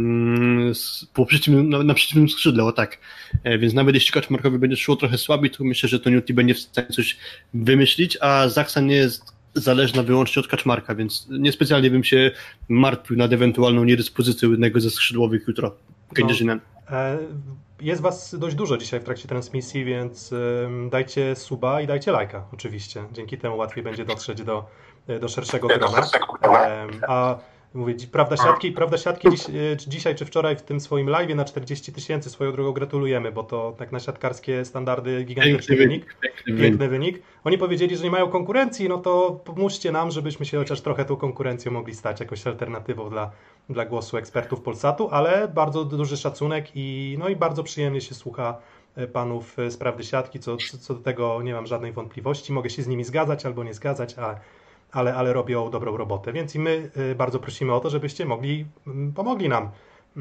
na przeciwnym skrzydle, o tak. Więc nawet jeśli Kaczmarkowi będzie szło trochę słabiej, to myślę, że Toniutti będzie w stanie coś wymyślić, a Zaksa nie jest zależna wyłącznie od Kaczmarka, więc niespecjalnie bym się martwił nad ewentualną niedyspozycją jednego ze skrzydłowych jutro. Kędzierzynem. Jest was dość dużo dzisiaj w trakcie transmisji, więc dajcie suba i dajcie lajka oczywiście. Dzięki temu łatwiej będzie dotrzeć do szerszego grona. A mówię, prawda siatki dzisiaj czy wczoraj w tym swoim live'ie na 40 000 swoją drogą gratulujemy, bo to tak na siatkarskie standardy gigantyczny wynik, piękny wynik. Oni powiedzieli, że nie mają konkurencji, no to pomóżcie nam, żebyśmy się chociaż trochę tą konkurencją mogli stać, jakąś alternatywą dla głosu ekspertów Polsatu, ale bardzo duży szacunek i bardzo przyjemnie się słucha panów z Prawdy Siatki, co do tego nie mam żadnej wątpliwości. Mogę się z nimi zgadzać albo nie zgadzać, ale robią dobrą robotę. Więc i my bardzo prosimy o to, żebyście pomogli nam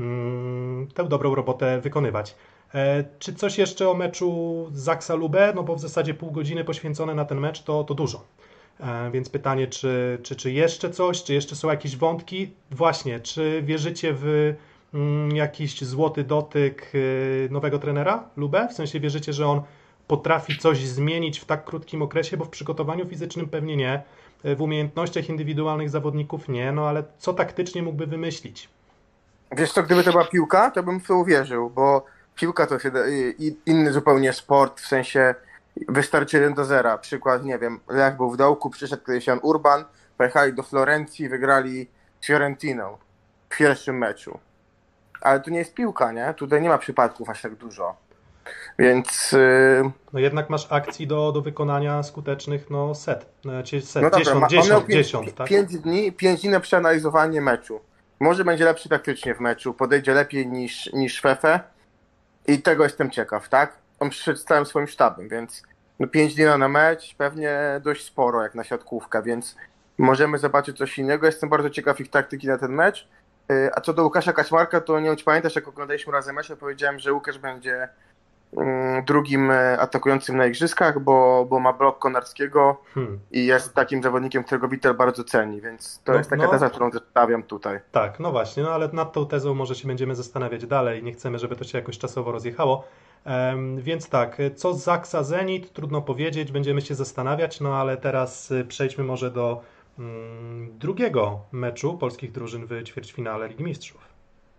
tę dobrą robotę wykonywać. Czy coś jeszcze o meczu Zaksa Lubę? No bo w zasadzie pół godziny poświęcone na ten mecz to dużo. Więc pytanie, czy jeszcze coś, czy jeszcze są jakieś wątki? Właśnie, czy wierzycie w jakiś złoty dotyk nowego trenera Lubę? W sensie wierzycie, że on potrafi coś zmienić w tak krótkim okresie, bo w przygotowaniu fizycznym pewnie nie, w umiejętnościach indywidualnych zawodników nie, no ale co taktycznie mógłby wymyślić? Wiesz co, gdyby to była piłka, to bym w to uwierzył, bo piłka to jest inny zupełnie sport, w sensie wystarczy 1-0. Przykład, nie wiem, Lech był w dołku, przyszedł kiedyś Jan Urban, pojechali do Florencji, wygrali z Fiorentiną w pierwszym meczu. Ale to nie jest piłka, nie? Tutaj nie ma przypadków aż tak dużo. Więc... No jednak masz akcji do wykonania skutecznych, set. No dobra, 10, tak? 5 dni na przeanalizowanie meczu. Może będzie lepszy taktycznie w meczu, podejdzie lepiej niż Fefe i tego jestem ciekaw, tak? On przyszedł z całym swoim sztabem, więc 5 dni na mecz, pewnie dość sporo jak na siatkówkę, więc możemy zobaczyć coś innego. Jestem bardzo ciekaw ich taktyki na ten mecz. A co do Łukasza Kaczmarka, to nie wiem, czy pamiętasz, jak oglądaliśmy razem mecz, powiedziałem, że Łukasz będzie drugim atakującym na igrzyskach, bo ma blok Konarskiego i jest takim zawodnikiem, którego Wittel bardzo ceni, więc to jest taka teza, którą zostawiam tutaj. Tak, no właśnie, ale nad tą tezą może się będziemy zastanawiać dalej, nie chcemy, żeby to się jakoś czasowo rozjechało, więc tak, co Zaksa Zenit, trudno powiedzieć, będziemy się zastanawiać, ale teraz przejdźmy może do drugiego meczu polskich drużyn w ćwierćfinale Ligi Mistrzów.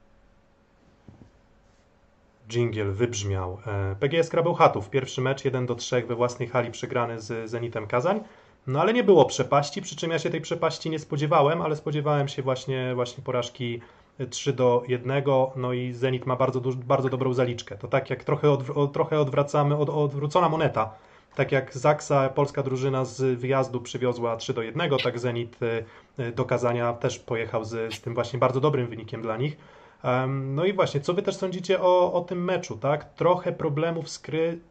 Dżingiel wybrzmiał. PGS Krabełchatów. Pierwszy mecz 1-3 we własnej hali przegrany z Zenitem Kazań. Ale nie było przepaści, przy czym ja się tej przepaści nie spodziewałem, ale spodziewałem się właśnie porażki 3-1. I Zenit ma bardzo dobrą zaliczkę. To tak jak trochę odwrócona moneta. Tak jak Zaksa, polska drużyna z wyjazdu przywiozła 3-1, tak Zenit do Kazania też pojechał z tym właśnie bardzo dobrym wynikiem dla nich. No i właśnie, co wy też sądzicie o tym meczu, tak? Trochę problemów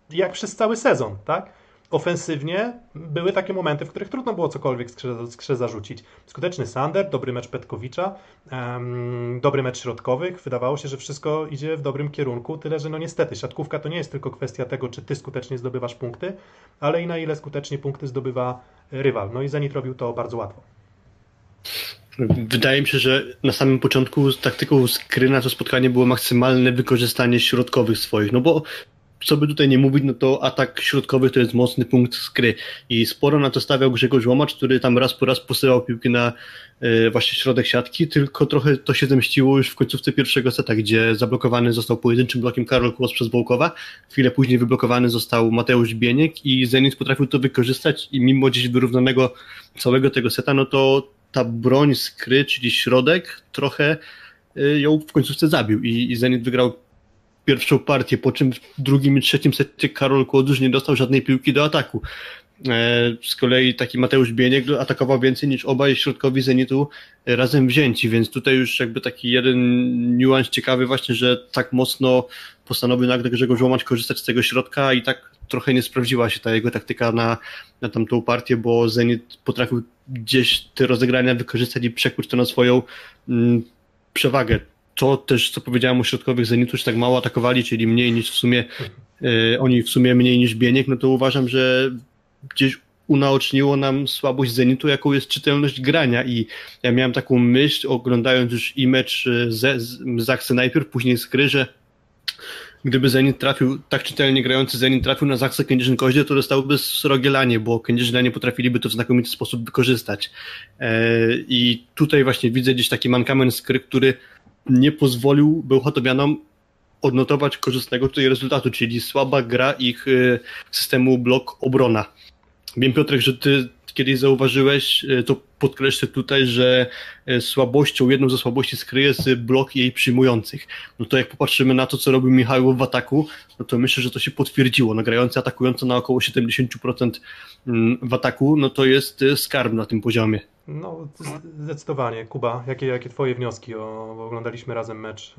jak przez cały sezon, tak? Ofensywnie były takie momenty, w których trudno było cokolwiek Skrze zarzucić. Skuteczny Sander, dobry mecz Petkowicza, dobry mecz środkowych. Wydawało się, że wszystko idzie w dobrym kierunku, tyle że no niestety siatkówka to nie jest tylko kwestia tego, czy ty skutecznie zdobywasz punkty, ale i na ile skutecznie punkty zdobywa rywal. No i Zenit robił to bardzo łatwo. Wydaje mi się, że na samym początku taktyką Skry na to spotkanie było maksymalne wykorzystanie środkowych swoich, no bo co by tutaj nie mówić, no to atak środkowy to jest mocny punkt Skry i sporo na to stawiał Grzegorz Łomacz, który tam raz po raz posyłał piłki na właśnie środek siatki, tylko trochę to się zemściło już w końcówce pierwszego seta, gdzie zablokowany został pojedynczym blokiem Karol Kłos przez Wołkowa, chwilę później wyblokowany został Mateusz Bieniek i Zenit potrafił to wykorzystać i mimo gdzieś wyrównanego całego tego seta, no to ta broń Skry, czyli środek, trochę ją w końcówce zabił i Zenit wygrał pierwszą partię, po czym w drugim i trzecim secie Karol Kłodusz nie dostał żadnej piłki do ataku. Z kolei taki Mateusz Bieniek atakował więcej niż obaj środkowi Zenitu razem wzięci, więc tutaj już jakby taki jeden niuans ciekawy właśnie, że tak mocno postanowił nagle Grzegorz Łomacz korzystać z tego środka i tak trochę nie sprawdziła się ta jego taktyka na tamtą partię, bo Zenit potrafił gdzieś te rozegrania wykorzystać i przekuć to na swoją przewagę. To też, co powiedziałem o środkowych Zenitu, że tak mało atakowali, czyli mniej niż w sumie, oni w sumie mniej niż Bieniek, no to uważam, że gdzieś unaoczniło nam słabość Zenitu, jaką jest czytelność grania i ja miałem taką myśl, oglądając już i mecz z Zaksy najpierw, później Skry, że gdyby Zenit trafił, tak czytelnie grający Zenit trafił na Zaksę Kędzierzyn-Koźle, to dostałoby srogie lanie, bo Kędzierzynanie potrafiliby to w znakomity sposób wykorzystać. I tutaj właśnie widzę gdzieś taki mankament Skry, który nie pozwolił Bełchatowianom odnotować korzystnego tutaj rezultatu, czyli słaba gra ich systemu blok-obrona. Wiem, Piotrek, że ty kiedyś zauważyłeś, to podkreślę tutaj, że jedną ze słabości Skry jest blok jej przyjmujących. No to jak popatrzymy na to, co robił Michał w ataku, no to myślę, że to się potwierdziło. No grający atakujący na około 70% w ataku, no to jest skarb na tym poziomie. No, zdecydowanie. Kuba, jakie twoje wnioski? Bo oglądaliśmy razem mecz.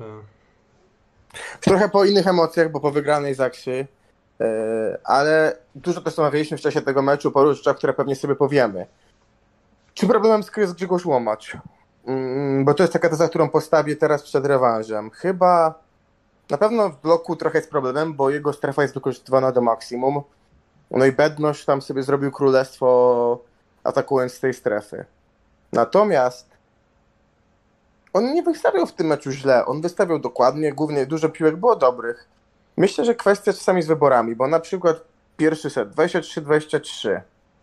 Trochę po innych emocjach, bo po wygranej Zaksy, ale dużo też rozmawialiśmy w czasie tego meczu po rzeczach, które pewnie sobie powiemy. Czym problemem jest Grzegorz Łomacz? Bo to jest taka teza, którą postawię teraz przed rewanżem. Chyba na pewno w bloku trochę jest problemem, bo jego strefa jest wykorzystywana do maksimum. No i Bednoś tam sobie zrobił królestwo atakując z tej strefy. Natomiast on nie wystawiał w tym meczu źle, on wystawiał dokładnie, głównie dużo piłek było dobrych. Myślę, że kwestia czasami z wyborami, bo na przykład pierwszy set 23-23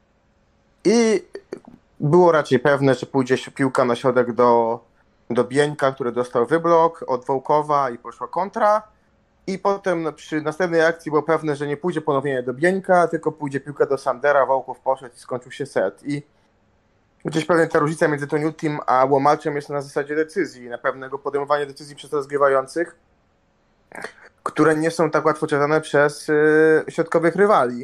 i było raczej pewne, że pójdzie piłka na środek do Bieńka, który dostał wyblok od Wołkowa i poszła kontra i potem przy następnej akcji było pewne, że nie pójdzie ponownie do Bieńka, tylko pójdzie piłka do Sandera, Wołkow poszedł i skończył się set. I gdzieś pewnie ta różnica między Toniutim a Łomaczem jest na zasadzie decyzji, na pewnego podejmowania decyzji przez rozgrywających, które nie są tak łatwo czytane przez środkowych rywali.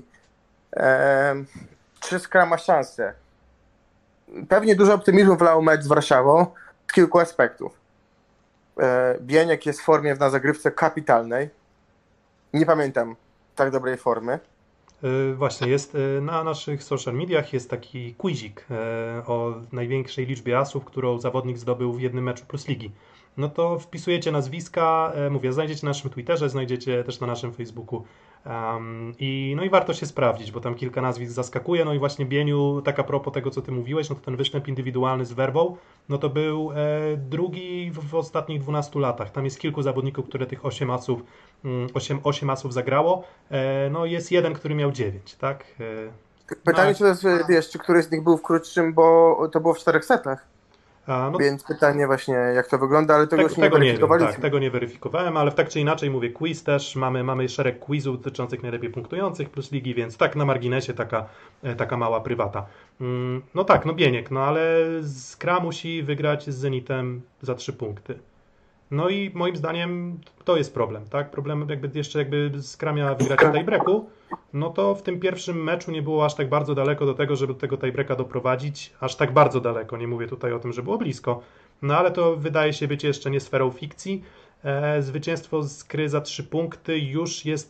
Czy Skra ma szansę? Pewnie dużo optymizmu wlał mecz z Warszawą z kilku aspektów. Bieniek jest w formie na zagrywce kapitalnej. Nie pamiętam tak dobrej formy. Właśnie, jest na naszych social mediach jest taki quizik o największej liczbie asów, którą zawodnik zdobył w jednym meczu plus ligi. No to wpisujecie nazwiska, mówię, znajdziecie na naszym Twitterze, znajdziecie też na naszym Facebooku. No i warto się sprawdzić, bo tam kilka nazwisk zaskakuje. No i właśnie Bieniu, tak a propos tego, co ty mówiłeś, no to ten występ indywidualny z Werbą, no to był drugi w ostatnich 12 latach. Tam jest kilku zawodników, które tych 8 asów zagrało. No jest jeden, który miał 9, tak? Pytanie, czy to jest, wiesz, czy któryś z nich był w krótszym, bo to było w 4 setach. Więc pytanie właśnie, jak to wygląda, ale tego już nie weryfikowaliśmy. Tak, tego nie weryfikowałem, ale tak czy inaczej mówię, quiz też, mamy szereg quizów dotyczących najlepiej punktujących plus ligi, więc tak na marginesie taka mała prywata. No tak, no Bieniek, no ale Skra musi wygrać z Zenitem za 3 punkty. No i moim zdaniem to jest problem, tak? Problem jakby Skra miała wygrać w tiebreaku, no to w tym pierwszym meczu nie było aż tak bardzo daleko do tego, żeby do tego tiebreaka doprowadzić, aż tak bardzo daleko, nie mówię tutaj o tym, że było blisko, no ale to wydaje się być jeszcze nie sferą fikcji. Zwycięstwo Skry za 3 punkty już jest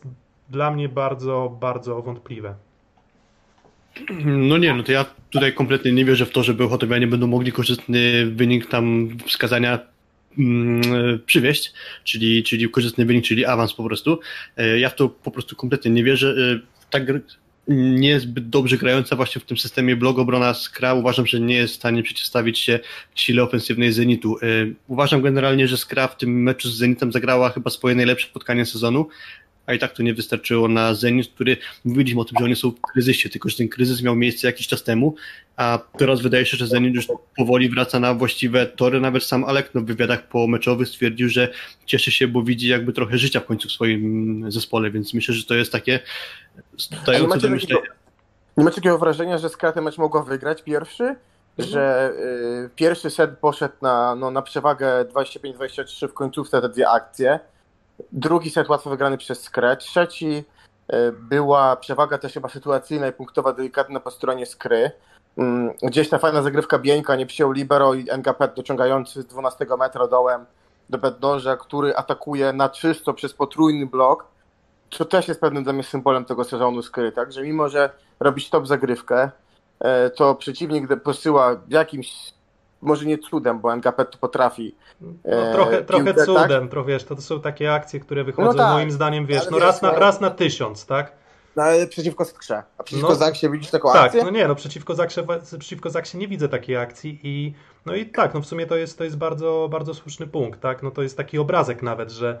dla mnie bardzo, bardzo wątpliwe. No nie, no to ja tutaj kompletnie nie wierzę w to, że Bełchatowianie będą mogli korzystny wynik tam wskazania przywieźć, czyli korzystny wynik, czyli awans po prostu. Ja w to po prostu kompletnie nie wierzę. Tak niezbyt dobrze grająca właśnie w tym systemie blok obrona Skra uważam, że nie jest w stanie przeciwstawić się sile ofensywnej Zenitu. Uważam generalnie, że Skra w tym meczu z Zenitem zagrała chyba swoje najlepsze spotkanie sezonu, a i tak to nie wystarczyło na Zenit, który mówiliśmy o tym, że oni są w kryzysie, tylko że ten kryzys miał miejsce jakiś czas temu, a teraz wydaje się, że Zenit już powoli wraca na właściwe tory. Nawet sam Alek w wywiadach pomeczowych stwierdził, że cieszy się, bo widzi jakby trochę życia w końcu w swoim zespole, więc myślę, że to jest takie dające do myślenia. Nie macie takiego wrażenia, że Skra ten mecz mogła wygrać pierwszy? Że pierwszy set poszedł na przewagę 25-23 w końcówce te dwie akcje. Drugi set łatwo wygrany przez Skrę. Trzeci była przewaga też chyba sytuacyjna i punktowa delikatna po stronie Skry. Gdzieś ta fajna zagrywka Bieńka, nie przyjął libero i Ngapet dociągający z 12 metra dołem do bednoża, który atakuje na czysto przez potrójny blok, co też jest pewnym dla mnie symbolem tego sezonu Skry, tak? Że mimo, że robisz top zagrywkę, to przeciwnik posyła jakimś, może nie cudem, bo Ngapet to potrafi. No, trochę cudem, tak? Wiesz, to są takie akcje, które wychodzą tak, moim zdaniem, wiesz, raz na 1000, tak? No ale przeciwko Skrze, a przeciwko Zaksie widzisz taką akcję? Tak, no nie, przeciwko Zaksie nie widzę takiej akcji i tak, w sumie to jest bardzo, bardzo słuszny punkt, tak? No to jest taki obrazek nawet, że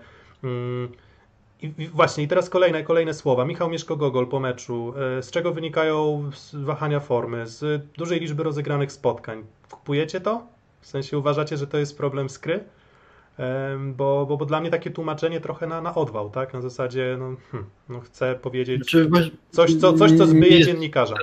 i właśnie, i teraz kolejne słowa. Michał Mieszko-Gogol po meczu. Z czego wynikają wahania formy? Z dużej liczby rozegranych spotkań. Kupujecie to? W sensie uważacie, że to jest problem Skry? Bo dla mnie takie tłumaczenie trochę na odwał, tak? Na zasadzie, chcę powiedzieć coś, co zbyje dziennikarza.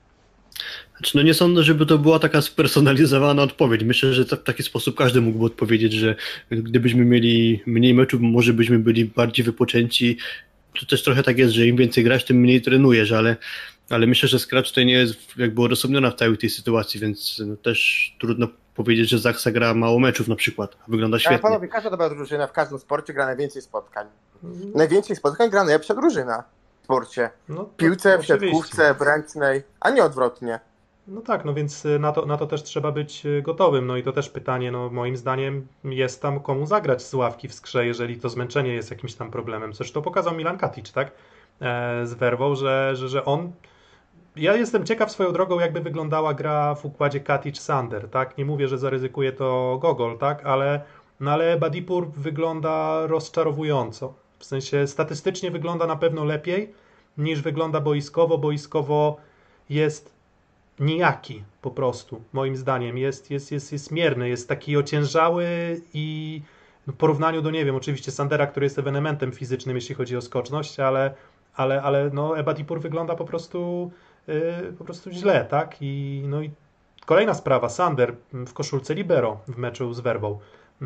Znaczy, nie sądzę, żeby to była taka spersonalizowana odpowiedź. Myślę, że w taki sposób każdy mógłby odpowiedzieć, że gdybyśmy mieli mniej meczów, może byśmy byli bardziej wypoczęci. To też trochę tak jest, że im więcej grasz, tym mniej trenujesz, ale myślę, że Skra tutaj nie jest jakby odosobniona w całej tej sytuacji, więc też trudno powiedzieć, że Zaksa gra mało meczów na przykład. Wygląda świetnie. Ale panowie, każda dobra drużyna w każdym sporcie gra najwięcej spotkań. Najwięcej spotkań gra najlepsza drużyna w sporcie. W piłce, w siatkówce, w ręcznej, a nie odwrotnie. No tak, więc na to też trzeba być gotowym. No i to też pytanie, moim zdaniem jest tam komu zagrać z ławki w Skrze, jeżeli to zmęczenie jest jakimś tam problemem. Zresztą pokazał Milan Katic, tak? Z werwą, że on... Ja jestem ciekaw swoją drogą, jakby wyglądała gra w układzie Katic-Sander, tak? Nie mówię, że zaryzykuje to Gogol, tak? Ale Badipur wygląda rozczarowująco. W sensie statystycznie wygląda na pewno lepiej niż wygląda boiskowo. Boiskowo jest nijaki po prostu, moim zdaniem. Jest mierny, jest taki ociężały i w porównaniu do, nie wiem, oczywiście Sandera, który jest ewenementem fizycznym, jeśli chodzi o skoczność, ale Badipur wygląda po prostu źle, tak? I kolejna sprawa, Sander w koszulce libero w meczu z Werwą.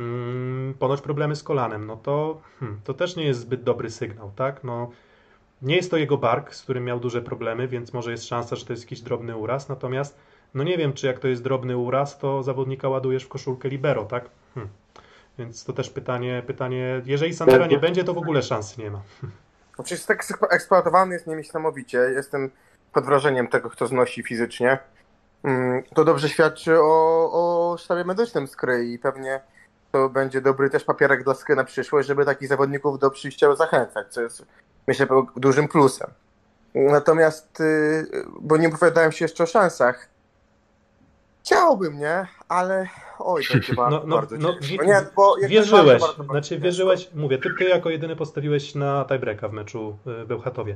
Ponoć problemy z kolanem, to też nie jest zbyt dobry sygnał, tak? Nie jest to jego bark, z którym miał duże problemy, więc może jest szansa, że to jest jakiś drobny uraz, natomiast nie wiem, czy jak to jest drobny uraz, to zawodnika ładujesz w koszulkę libero, tak? Więc to też pytanie, jeżeli Sandera nie będzie, to w ogóle szansy nie ma. Przecież tekst eksploatowany jest niesamowicie. Jestem pod wrażeniem tego, kto znosi fizycznie. To dobrze świadczy o sztabie medycznym Skry i pewnie to będzie dobry też papierek dla Skry na przyszłość, żeby takich zawodników do przyjścia zachęcać, co jest, myślę, dużym plusem. Natomiast, bo nie opowiadałem się jeszcze o szansach, chciałbym, nie? Ale będzie bardzo ciężko. Nie, bo wierzyłeś, mówię, ty jako jedyny postawiłeś na tiebreaka w meczu w Bełchatowie.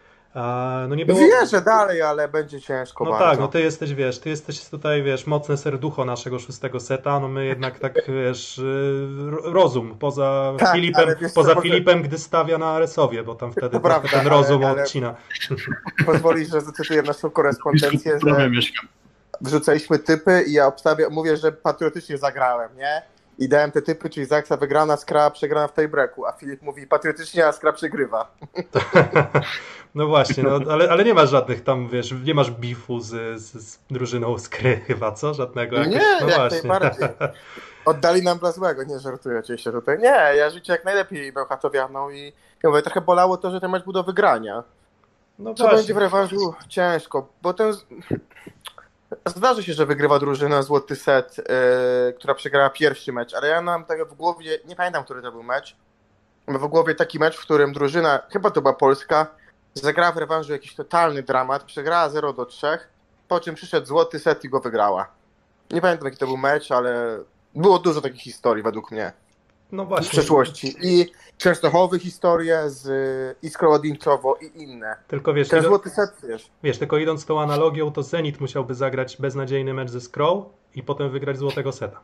Wierzę dalej, ale będzie ciężko bardzo. Tak, ty jesteś tutaj, mocne serducho naszego 6 seta, my jednak tak, rozum, poza Filipem, gdy stawia na Resowie, bo tam wtedy ten rozum odcina. Pozwolisz, że zacytuję naszą korespondencję, że wrzucaliśmy typy i ja mówię, że patriotycznie zagrałem, nie? i dałem te typy, czyli Zaksa wygrana, Skra przegrana w tiebreaku, a Filip mówi patriotycznie, a Skra przegrywa. No właśnie, no, ale nie masz żadnych tam, wiesz, nie masz bifu z drużyną Skry chyba, co? Żadnego jakoś? Nie, No jak właśnie. najbardziej. Oddali nam dla złego, nie żartuję oczywiście tutaj. Nie, ja życzę jak najlepiej Bełchatowianom i mówię, trochę bolało to, że ten mecz był do wygrania. No Co właśnie. będzie w rewanżu? Ciężko, bo ten... Zdarzy się, że wygrywa drużyna złoty set, która przegrała pierwszy mecz, ale ja mam tak w głowie, nie pamiętam, który to był mecz, mam w głowie taki mecz, w którym drużyna, chyba to była Polska, zagrała w rewanżu jakiś totalny dramat, przegrała 0-3, po czym przyszedł złoty set i go wygrała. Nie pamiętam, jaki to był mecz, ale było dużo takich historii według mnie No w właśnie. przeszłości. I Częstochowy historie z Iskrą Odinczowo i inne. Tylko wiesz, Ten złoty set, wiesz. tylko idąc tą analogią, to Zenit musiałby zagrać beznadziejny mecz ze Skrą i potem wygrać złotego seta.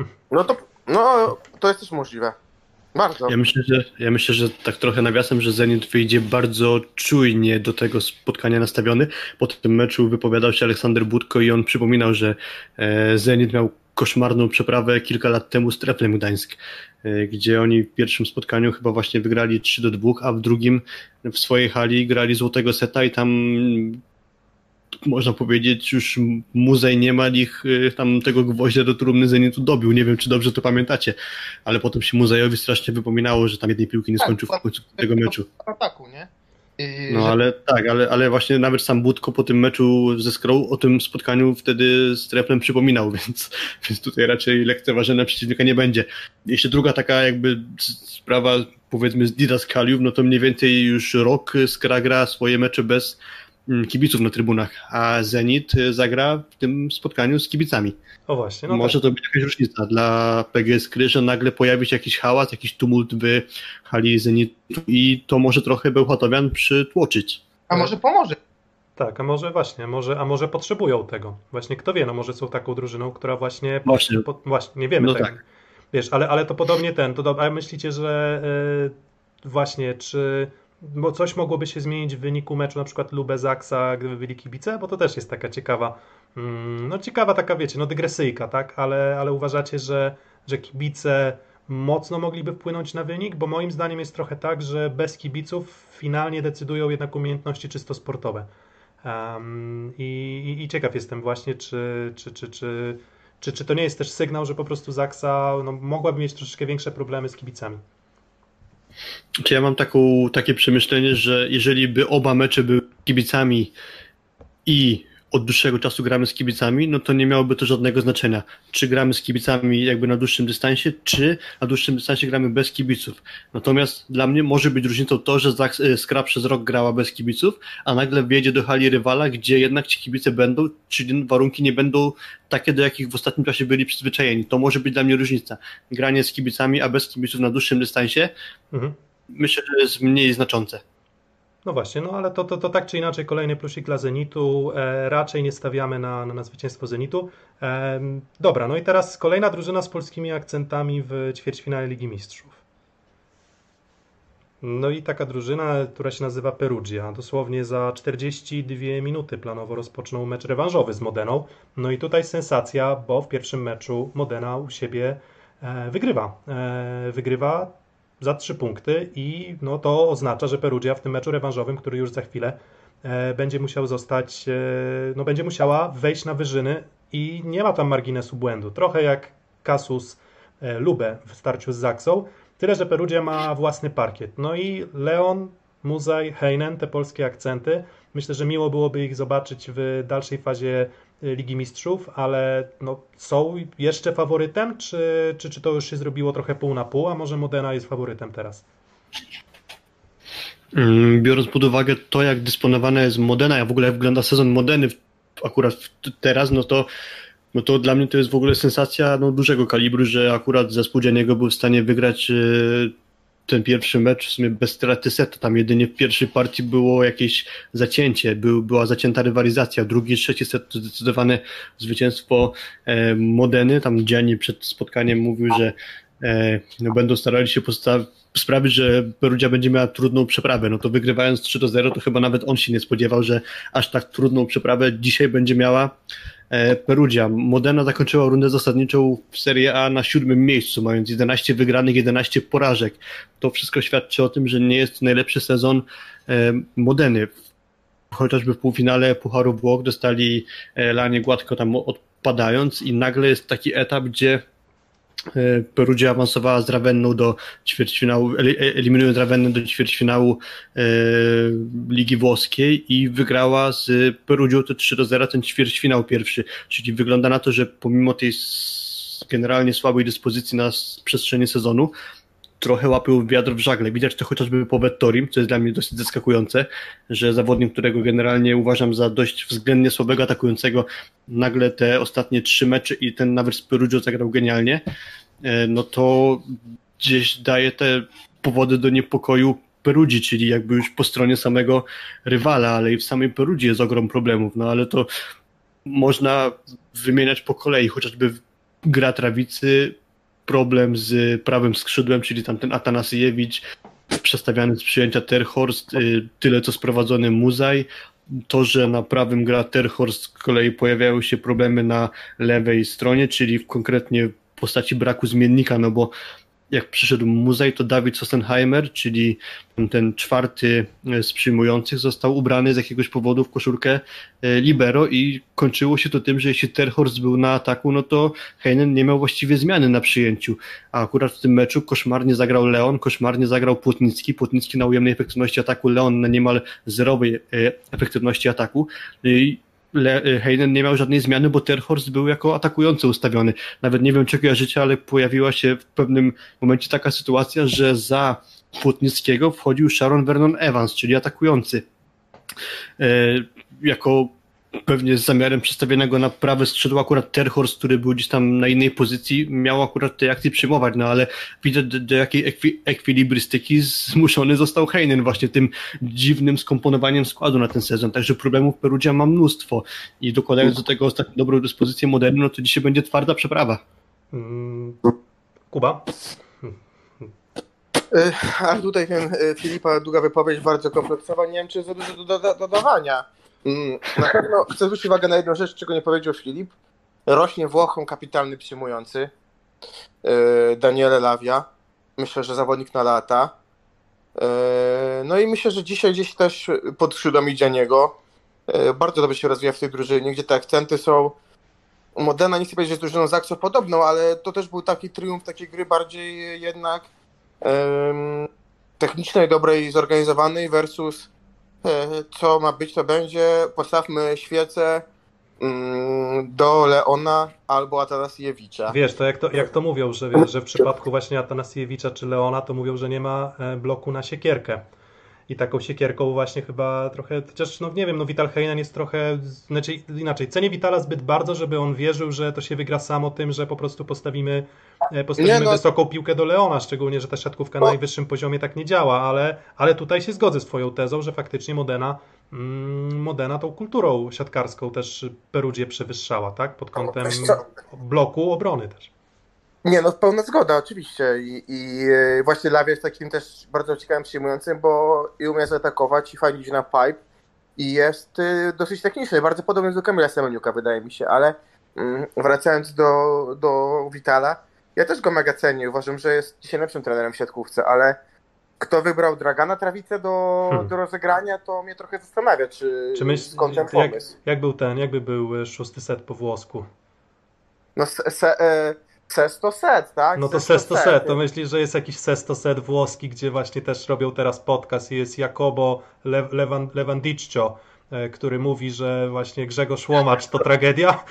No to jest też możliwe. Bardzo. Ja myślę, że tak trochę nawiasem, że Zenit wyjdzie bardzo czujnie do tego spotkania nastawiony. Po tym meczu wypowiadał się Aleksander Budko i on przypominał, że Zenit miał koszmarną przeprawę kilka lat temu z Treflem Gdańsk, gdzie oni w pierwszym spotkaniu chyba właśnie wygrali 3-2, a w drugim w swojej hali grali złotego seta i tam można powiedzieć już Muzej Niemal ich tam tego gwoździa do trumny Zenitu dobił. Nie wiem, czy dobrze to pamiętacie, ale potem się Muzejowi strasznie wypominało, że tam jednej piłki nie skończył w końcu tego meczu. Ataku, nie? No ale tak, ale właśnie nawet sam Budko po tym meczu ze Skrą o tym spotkaniu wtedy z Treflem przypominał, więc tutaj raczej lekceważenia przeciwnika nie będzie. Jeszcze druga taka jakby sprawa, powiedzmy z didaskaliów, no to mniej więcej już rok Skra gra swoje mecze bez kibiców na trybunach, a Zenit zagra w tym spotkaniu z kibicami. O właśnie. No może tak. to być jakaś różnica dla PGS Skry, że nagle pojawi się jakiś hałas, jakiś tumult w hali Zenitu i to może trochę Bełchatowian przytłoczyć. A może pomoże. Tak, a może właśnie, a może potrzebują tego. Właśnie kto wie, no może są taką drużyną, która właśnie... Właśnie, nie wiemy no tego. Tak. Wiesz, ale to podobnie a myślicie, że właśnie, czy... Bo coś mogłoby się zmienić w wyniku meczu na przykład Lubę-Zaksa, gdyby byli kibice, bo to też jest taka ciekawa, ciekawa taka, wiecie, dygresyjka, tak? Ale uważacie, że kibice mocno mogliby wpłynąć na wynik? Bo moim zdaniem jest trochę tak, że bez kibiców finalnie decydują jednak umiejętności czysto sportowe. I ciekaw jestem właśnie, czy to nie jest też sygnał, że po prostu Zaksa mogłaby mieć troszeczkę większe problemy z kibicami. Czy ja mam takie przemyślenie, że jeżeli by oba mecze były kibicami i od dłuższego czasu gramy z kibicami, no to nie miałoby to żadnego znaczenia. Czy gramy z kibicami jakby na dłuższym dystansie, czy na dłuższym dystansie gramy bez kibiców. Natomiast dla mnie może być różnicą to, że Skra przez rok grała bez kibiców, a nagle wjedzie do hali rywala, gdzie jednak ci kibice będą, czyli warunki nie będą takie, do jakich w ostatnim czasie byli przyzwyczajeni. To może być dla mnie różnica. Granie z kibicami, a bez kibiców na dłuższym dystansie, myślę, że jest mniej znaczące. No właśnie, ale to tak czy inaczej kolejny plusik dla Zenitu. Raczej nie stawiamy na zwycięstwo Zenitu. Dobra, no i teraz kolejna drużyna z polskimi akcentami w ćwierćfinale Ligi Mistrzów. No i taka drużyna, która się nazywa Perugia. Dosłownie za 42 minuty planowo rozpoczną mecz rewanżowy z Modeną. No i tutaj sensacja, bo w pierwszym meczu Modena u siebie wygrywa. Wygrywa za 3 punkty i to oznacza, że Perugia w tym meczu rewanżowym, który już za chwilę będzie musiał zostać, będzie musiała wejść na wyżyny i nie ma tam marginesu błędu. Trochę jak Kasus Lubę w starciu z Zaksą, tyle, że Perugia ma własny parkiet. No i Leon, Muzaj, Heinen, te polskie akcenty, myślę, że miło byłoby ich zobaczyć w dalszej fazie Ligi Mistrzów, ale są jeszcze faworytem, czy to już się zrobiło trochę pół na pół, a może Modena jest faworytem teraz? Biorąc pod uwagę to, jak dysponowana jest Modena, jak w ogóle wygląda sezon Modeny akurat teraz, no to dla mnie to jest w ogóle sensacja dużego kalibru, że akurat zespół Gianniego był w stanie wygrać ten pierwszy mecz w sumie bez straty setu. Tam jedynie w pierwszej partii było jakieś zacięcie, była zacięta rywalizacja. Drugi, trzeci set to zdecydowane zwycięstwo Modeny. Tam Gianni przed spotkaniem mówił, że będą starali się sprawić, że Perugia będzie miała trudną przeprawę. No to wygrywając 3-0, to chyba nawet on się nie spodziewał, że aż tak trudną przeprawę dzisiaj będzie miała Perugia. Modena zakończyła rundę zasadniczą w Serie A na 7. miejscu, mając 11 wygranych, 11 porażek. To wszystko świadczy o tym, że nie jest najlepszy sezon Modeny. Chociażby w półfinale Pucharu Włoch dostali lanie gładko tam odpadając i nagle jest taki etap, gdzie Perugia awansowała z Ravenną do ćwierćfinału, eliminując Ravennę do ćwierćfinału Ligi Włoskiej i wygrała z Perugią to 3-0 ten ćwierćfinał pierwszy. Czyli wygląda na to, że pomimo tej generalnie słabej dyspozycji na przestrzeni sezonu trochę łapią wiatr w żagle. Widać to chociażby po Vettorim, co jest dla mnie dosyć zaskakujące, że zawodnik, którego generalnie uważam za dość względnie słabego atakującego, nagle te ostatnie 3 mecze i ten nawet z Perugią zagrał genialnie, no to gdzieś daje te powody do niepokoju Perugii, czyli jakby już po stronie samego rywala, ale i w samej Perugii jest ogrom problemów, no ale to można wymieniać po kolei, chociażby gra Trawicy, problem z prawym skrzydłem, czyli tamten Atanasiewicz, przestawiany z przyjęcia Terhorst, tyle co sprowadzony Muzaj, to, że na prawym gra Terhorst, z kolei pojawiają się problemy na lewej stronie, czyli konkretnie w postaci braku zmiennika, no bo jak przyszedł Muzaj, to Dawid Sossenheimer, czyli ten 4. z przyjmujących, został ubrany z jakiegoś powodu w koszulkę libero i kończyło się to tym, że jeśli Terhorst był na ataku, no to Heinen nie miał właściwie zmiany na przyjęciu. A akurat w tym meczu koszmarnie zagrał Leon, koszmarnie zagrał Płotnicki na ujemnej efektywności ataku, Leon na niemal zerowej efektywności ataku. Heinen nie miał żadnej zmiany, bo Terhorst był jako atakujący ustawiony. Nawet nie wiem, czy kojarzycie, ale pojawiła się w pewnym momencie taka sytuacja, że za Płotnickiego wchodził Sharon Vernon Evans, czyli atakujący. Jako pewnie z zamiarem przestawienia na prawe skrzydło, akurat Terhorst, który był gdzieś tam na innej pozycji, miał akurat tej akcji przyjmować, no ale widać, do jakiej ekwilibrystyki zmuszony został Heinen właśnie tym dziwnym skomponowaniem składu na ten sezon, także problemów Perugia ma mnóstwo i dokładając do tego ostatnio dobrą dyspozycję Modeny, no to dzisiaj będzie twarda przeprawa. Kuba? A tutaj Filipa długa wypowiedź, bardzo kompleksowa, nie wiem, czy jest za dużo do dodawania. Na pewno chcę zwrócić uwagę na jedną rzecz, czego nie powiedział Filip. Rośnie Włochom kapitalny przyjmujący Daniele Lavia. Myślę, że zawodnik na lata. No i myślę, że dzisiaj gdzieś też pod skrzydłami Gianniego bardzo dobrze się rozwija w tej drużynie, gdzie te akcenty są. Modena nie chcę powiedzieć, że jest drużyną z akcją podobną, ale to też był taki triumf takiej gry bardziej jednak technicznej, dobrej, zorganizowanej versus co ma być, to będzie. Postawmy świecę do Leona albo Atanasiewicza. Wiesz, to jak to mówią, że, wiesz, że w przypadku właśnie Atanasiewicza czy Leona, to mówią, że nie ma bloku na siekierkę. I taką siekierką właśnie chyba trochę, chociaż no nie wiem, no Vital Heinen jest trochę, znaczy inaczej, cenię Vitala zbyt bardzo, żeby on wierzył, że to się wygra samo tym, że po prostu postawimy wysoką piłkę do Leona, szczególnie, że ta siatkówka na najwyższym poziomie tak nie działa, ale tutaj się zgodzę z twoją tezą, że faktycznie Modena tą kulturą siatkarską też Perugię przewyższała, tak? Pod kątem bloku obrony też. Nie, no pełna zgoda, oczywiście. I właśnie Lavia jest takim też bardzo ciekawym przyjmującym, bo i umie zaatakować i fajnie idzie na pipe i jest dosyć techniczny, bardzo podobny do Kamila Semeniuka, wydaje mi się, ale wracając do Vitala, ja też go mega cenię, uważam, że jest dzisiaj lepszym trenerem w siatkówce, ale kto wybrał Dragana Trawicę do rozegrania, to mnie trochę zastanawia, czy skąd ten pomysł. Jakby był 6. set po włosku? No Sesto set, tak? No to Sesto set. To myślisz, że jest jakiś Sesto set włoski, gdzie właśnie też robią teraz podcast i jest Jacobo Lewandiccio, który mówi, że właśnie Grzegorz Łomacz to tragedia?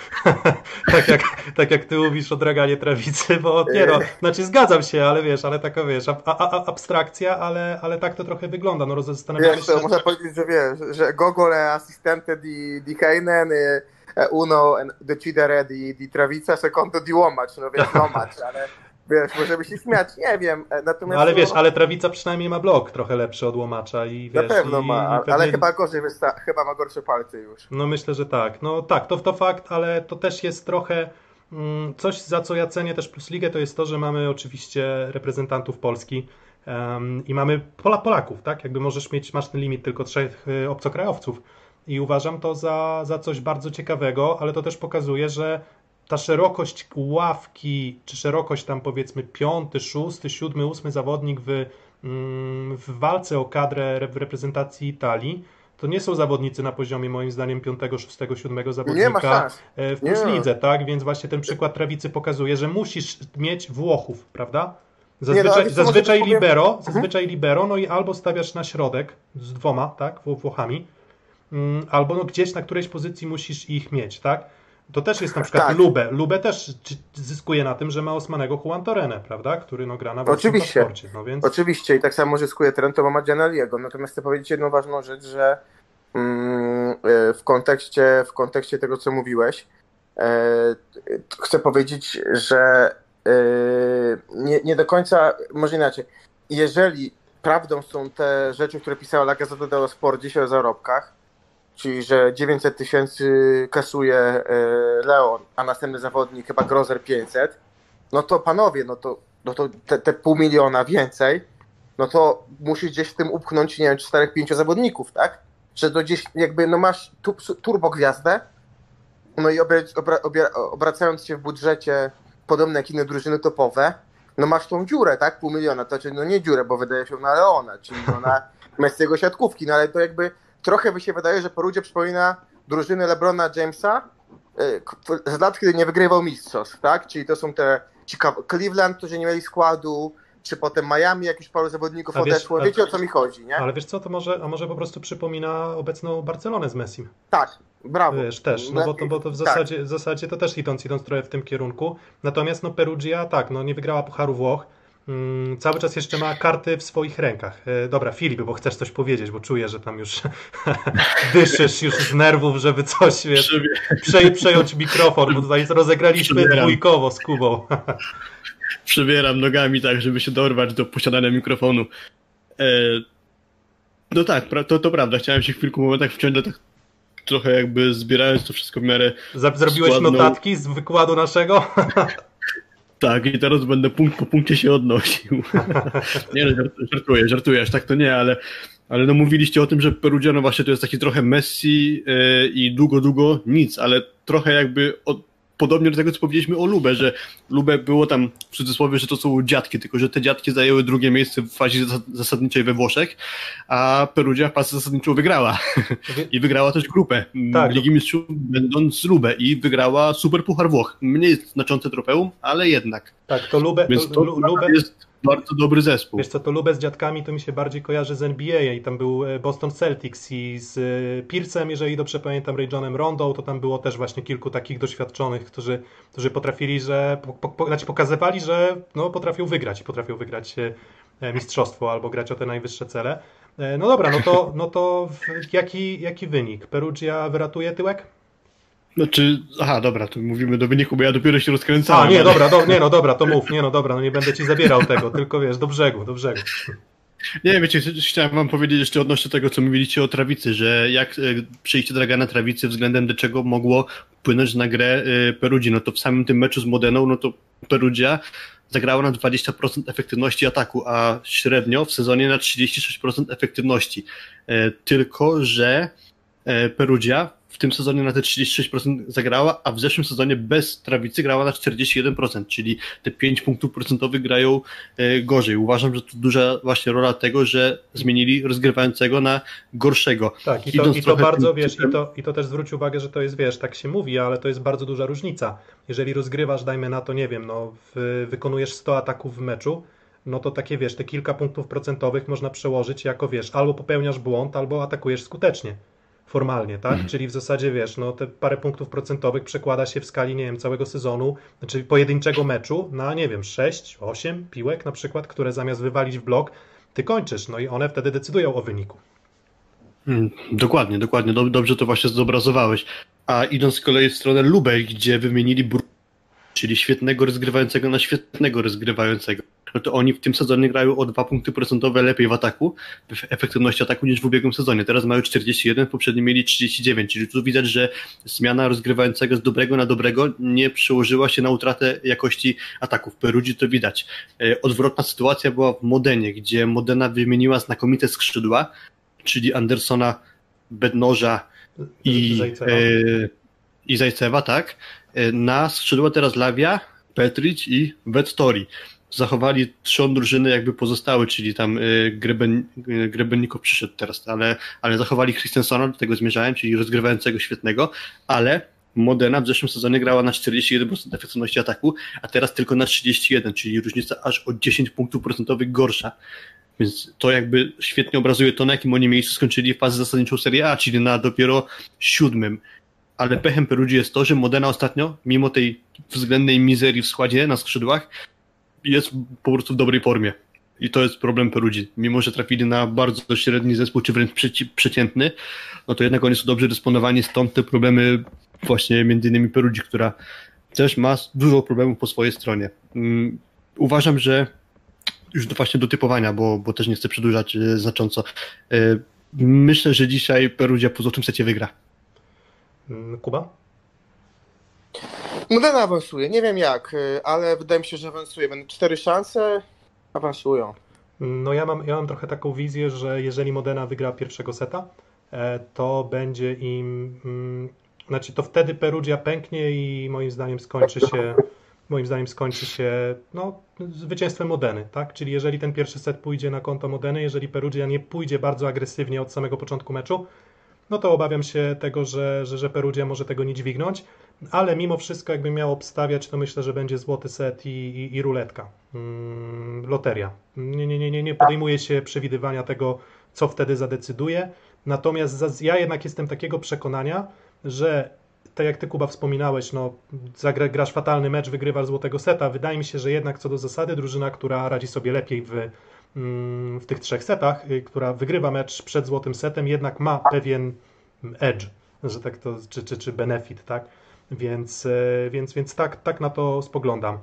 tak jak ty mówisz o Draganie Trawicy, bo nie no, znaczy zgadzam się, ale wiesz, abstrakcja, ale tak to trochę wygląda. No zastanawiam się. Można powiedzieć, że wiesz, że Gogol assistente di Heinen uno decidere di Travica secondo di Łomacz, no wiesz, Łomacz, ale wiesz, możemy się śmiać, nie wiem. Natomiast no, ale wiesz, ale Trawica przynajmniej ma blok trochę lepszy od Łomacza i wiesz. Na pewno ma, pewnie... ale chyba ma gorsze palce już. No myślę, że tak. No tak, to fakt, ale to też jest trochę coś, za co ja cenię też Plus Ligę, to jest to, że mamy oczywiście reprezentantów Polski i mamy Polaków, tak? Jakby masz ten limit tylko 3 obcokrajowców. i uważam to za coś bardzo ciekawego, ale to też pokazuje, że ta szerokość ławki, czy szerokość tam powiedzmy 5., 6., 7., 8. zawodnik w walce o kadrę w reprezentacji Italii, to nie są zawodnicy na poziomie moim zdaniem 5., 6., 7. zawodnika w Plus Lidze, tak? Więc właśnie ten przykład Trawicy pokazuje, że musisz mieć Włochów, prawda? Zazwyczaj libero, no i albo stawiasz na środek z 2, tak? Włochami, albo no gdzieś na którejś pozycji musisz ich mieć, tak? To też jest na przykład tak. Lube też zyskuje na tym, że ma Osmanego Juan Torrenę, prawda? Który no, gra na własnym paszporcie. No więc... Oczywiście i tak samo zyskuje Trento, bo ma Gianelliego. Natomiast chcę powiedzieć jedną ważną rzecz, że w kontekście tego, co mówiłeś, chcę powiedzieć, że nie do końca, może inaczej, jeżeli prawdą są te rzeczy, które pisała La Gazzetta dello Sport dzisiaj o zarobkach, czyli że 900 000 kasuje Leon, a następny zawodnik chyba Grozer 500, no to panowie, no to te 500 000 więcej, no to musisz gdzieś w tym upchnąć, nie wiem, 4-5 zawodników, tak? Że to gdzieś jakby, no masz turbogwiazdę, no i obracając się w budżecie podobne jak inne drużyny topowe, no masz tą dziurę, tak? 500 000, to znaczy no nie dziurę, bo wydaje się na Leona, czyli no na Messiego siatkówki, no ale to jakby trochę mi się wydaje, że Perugia przypomina drużyny LeBrona Jamesa z lat, kiedy nie wygrywał mistrzostw, tak? Czyli to są te Cleveland, którzy nie mieli składu, czy potem Miami, jak już paru zawodników odeszło. Wiecie, o co mi chodzi, nie? Ale wiesz co, to może po prostu przypomina obecną Barcelonę z Messim. Tak, brawo. Wiesz, też, no bo to w zasadzie to też idąc trochę w tym kierunku. Natomiast no Perugia, tak, no nie wygrała Pucharu Włoch. Cały czas jeszcze ma karty w swoich rękach. Dobra, Filip, bo chcesz coś powiedzieć, bo czuję, że tam już dyszysz już z nerwów, żeby coś, wiesz, przejąć mikrofon, bo tutaj rozegraliśmy dwójkowo z Kubą. Przebieram nogami tak, żeby się dorwać do posiadania mikrofonu. No tak, to prawda. Chciałem się w kilku momentach wciąć, tak trochę jakby zbierając to wszystko w miarę Zrobiłeś składną. Notatki z wykładu naszego? Tak, i teraz będę punkt po punkcie się odnosił. Nie, no, żartuję, aż tak to nie, ale no mówiliście o tym, że Perugia no właśnie to jest taki trochę Messi i długo nic, ale trochę jakby podobnie do tego, co powiedzieliśmy o Lube, że Lube było tam w cudzysłowie, że to są dziadki, tylko że te dziadki zajęły drugie miejsce w fazie zasadniczej we Włoszech, a Perugia w fazie zasadniczą wygrała. I wygrała też grupę Ligi Mistrzów, będąc Lube, i wygrała Super Puchar Włoch. Mniej znaczące trofeum, ale jednak. Tak, to Lube... Więc to Lube jest bardzo dobry zespół. Wiesz co, to Lube z dziadkami to mi się bardziej kojarzy z NBA i tam był Boston Celtics i z Pierce'em, jeżeli dobrze pamiętam, Ray Johnem Rondą, to tam było też właśnie kilku takich doświadczonych, którzy potrafili, znaczy pokazywali, że no, potrafią wygrać mistrzostwo albo grać o te najwyższe cele. No dobra, no to jaki wynik? Perugia wyratuje tyłek? Dobra, to mówimy do wyniku, bo ja dopiero się rozkręcałem. Dobra, to mów, nie będę ci zabierał tego, tylko wiesz, do brzegu. Nie, wiecie, chciałem wam powiedzieć jeszcze odnośnie tego, co mówiliście o Trawicy, że jak przyjście Dragana Trawicy względem do czego mogło wpłynąć na grę Perugii, no to w samym tym meczu z Modeną, no to Perugia zagrała na 20% efektywności ataku, a średnio w sezonie na 36% efektywności. Tylko że Perugia w tym sezonie na te 36% zagrała, a w zeszłym sezonie bez Trawicy grała na 41%, czyli te 5 punktów procentowych grają gorzej. Uważam, że to duża właśnie rola tego, że zmienili rozgrywającego na gorszego. Tak, i to bardzo, wiesz, i to też zwróć uwagę, że to jest, wiesz, tak się mówi, ale to jest bardzo duża różnica. Jeżeli rozgrywasz, dajmy na to, nie wiem, no wykonujesz 100 ataków w meczu, no to takie, wiesz, te kilka punktów procentowych można przełożyć jako, wiesz, albo popełniasz błąd, albo atakujesz skutecznie. Formalnie, tak? Czyli w zasadzie, wiesz, no te parę punktów procentowych przekłada się w skali, nie wiem, całego sezonu, znaczy pojedynczego meczu na, nie wiem, 6, 8 piłek na przykład, które zamiast wywalić w blok, ty kończysz, no i one wtedy decydują o wyniku. Dokładnie, dobrze to właśnie zobrazowałeś. A idąc z kolei w stronę Lubej, gdzie wymienili czyli świetnego rozgrywającego na świetnego rozgrywającego, no to oni w tym sezonie grają o 2 punkty procentowe lepiej w ataku, w efektywności ataku niż w ubiegłym sezonie. Teraz mają 41, w poprzednim mieli 39, czyli tu widać, że zmiana rozgrywającego z dobrego na dobrego nie przełożyła się na utratę jakości ataków. W Perugii to widać. Odwrotna sytuacja była w Modenie, gdzie Modena wymieniła znakomite skrzydła, czyli Andersona, Bednoża i Zajcewa, tak. Na skrzydła teraz Lawia, Petric i Vettori. Zachowali 3 drużyny jakby pozostałe, czyli tam Grebennikov przyszedł teraz, ale zachowali Christensona, do tego zmierzałem, czyli rozgrywającego świetnego, ale Modena w zeszłym sezonie grała na 41% efektywności ataku, a teraz tylko na 31%, czyli różnica aż o 10 punktów procentowych gorsza. Więc to jakby świetnie obrazuje to, na jakim oni miejscu skończyli fazę zasadniczą Serie A, czyli na dopiero 7. Ale pechem Perugii jest to, że Modena ostatnio, mimo tej względnej mizerii w składzie na skrzydłach, jest po prostu w dobrej formie. I to jest problem Perugii. Mimo że trafili na bardzo średni zespół, czy wręcz przeciętny, no to jednak oni są dobrze dysponowani, stąd te problemy właśnie między innymi Perugii, która też ma dużo problemów po swojej stronie. Uważam, że już właśnie do typowania, bo też nie chcę przedłużać znacząco. Myślę, że dzisiaj Perugia po złotym secie wygra. Kuba? Modena awansuje, nie wiem jak, ale wydaje mi się, że awansuje. Będą 4 szanse, awansują. No ja mam trochę taką wizję, że jeżeli Modena wygra pierwszego seta, to będzie im... Znaczy to wtedy Perugia pęknie i moim zdaniem skończy się zwycięstwem Modeny, tak? Czyli jeżeli ten pierwszy set pójdzie na konto Modeny, jeżeli Perugia nie pójdzie bardzo agresywnie od samego początku meczu, no to obawiam się tego, że Perugia może tego nie dźwignąć, ale mimo wszystko jakbym miał obstawiać, to myślę, że będzie złoty set i ruletka. Loteria. Nie podejmuję się przewidywania tego, co wtedy zadecyduje, natomiast ja jednak jestem takiego przekonania, że tak jak ty, Kuba, wspominałeś, grasz fatalny mecz, wygrywasz złotego seta. Wydaje mi się, że jednak co do zasady drużyna, która radzi sobie lepiej w tych 3 setach, która wygrywa mecz przed złotym setem, jednak ma pewien edge, że tak to, czy benefit, tak? Więc tak na to spoglądam.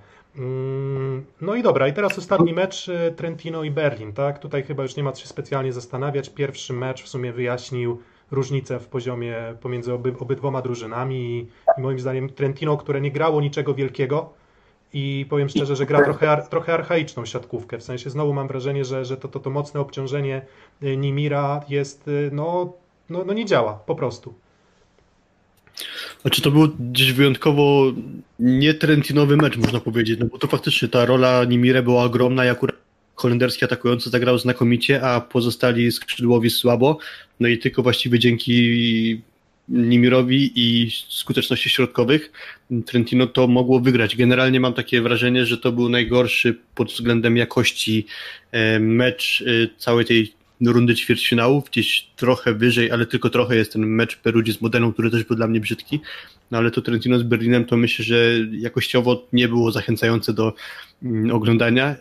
No i dobra, i teraz ostatni mecz Trentino i Berlin, tak? Tutaj chyba już nie ma co się specjalnie zastanawiać. Pierwszy mecz w sumie wyjaśnił różnicę w poziomie pomiędzy obydwoma drużynami i moim zdaniem Trentino, które nie grało niczego wielkiego i powiem szczerze, że gra trochę archaiczną siatkówkę, w sensie znowu mam wrażenie, że to mocne obciążenie Nimira jest, nie działa, po prostu. Znaczy to był gdzieś wyjątkowo nie Trentinowy mecz, można powiedzieć, no bo to faktycznie ta rola Nimira była ogromna i akurat holenderski atakujący zagrał znakomicie, a pozostali skrzydłowi słabo, no i tylko właściwie dzięki Nimirowi i skuteczności środkowych Trentino to mogło wygrać. Generalnie mam takie wrażenie, że to był najgorszy pod względem jakości mecz całej tej rundy ćwierćfinałów, gdzieś trochę wyżej, ale tylko trochę jest ten mecz Perugii z Modeną, który też był dla mnie brzydki, no ale to Trentino z Berlinem to myślę, że jakościowo nie było zachęcające do oglądania.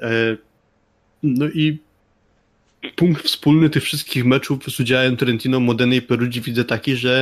No i punkt wspólny tych wszystkich meczów z udziałem Trentino, Modeny i Perugii widzę taki, że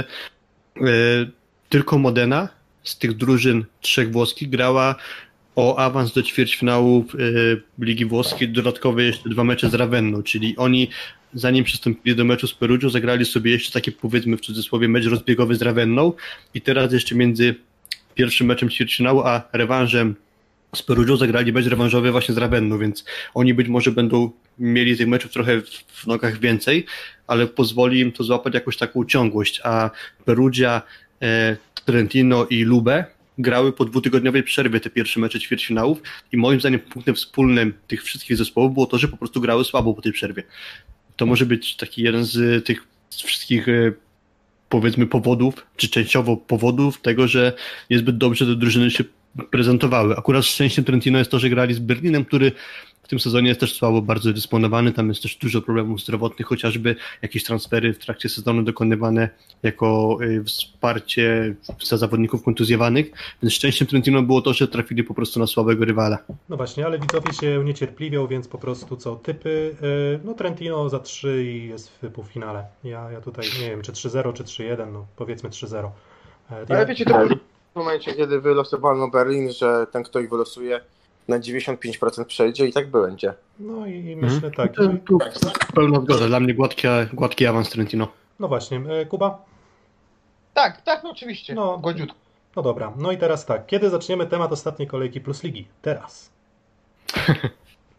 tylko Modena z tych drużyn 3 włoskich grała o awans do ćwierćfinału Ligi Włoskiej, dodatkowe jeszcze 2 mecze z Ravenną, czyli oni zanim przystąpili do meczu z Perugią, zagrali sobie jeszcze takie, powiedzmy w cudzysłowie, mecz rozbiegowy z Ravenną i teraz jeszcze między pierwszym meczem ćwierćfinału a rewanżem z Perugią zagrali mecz rewanżowy właśnie z Ravenną, więc oni być może będą mieli tych meczów trochę w nogach więcej, ale pozwoli im to złapać jakąś taką ciągłość, a Perugia, Trentino i Lube grały po 2-tygodniowej przerwie te pierwsze mecze ćwierćfinałów i moim zdaniem punktem wspólnym tych wszystkich zespołów było to, że po prostu grały słabo po tej przerwie. To może być taki jeden z tych wszystkich, powiedzmy, powodów, czy częściowo powodów tego, że niezbyt dobrze te drużyny się prezentowały. Akurat szczęściem Trentino jest to, że grali z Berlinem, który w tym sezonie jest też słabo bardzo dysponowany, tam jest też dużo problemów zdrowotnych, chociażby jakieś transfery w trakcie sezonu dokonywane jako wsparcie za zawodników kontuzjowanych, więc szczęściem Trentino było to, że trafili po prostu na słabego rywala. No właśnie, ale widzowie się niecierpliwią, więc po prostu typy, Trentino za 3 i jest w półfinale. Ja tutaj nie wiem, czy 3-0, czy 3-1, powiedzmy 3-0. Ale wiecie, to w momencie, kiedy wylosowano Berlin, że ten, kto ich wylosuje, na 95% przejdzie i tak będzie. No i myślę tak. Pełna zgoda, dla mnie gładki awans Trentino. No właśnie, Kuba? Tak, oczywiście, gładziutko. No dobra, no i teraz tak, kiedy zaczniemy temat ostatniej kolejki Plus Ligi? Teraz.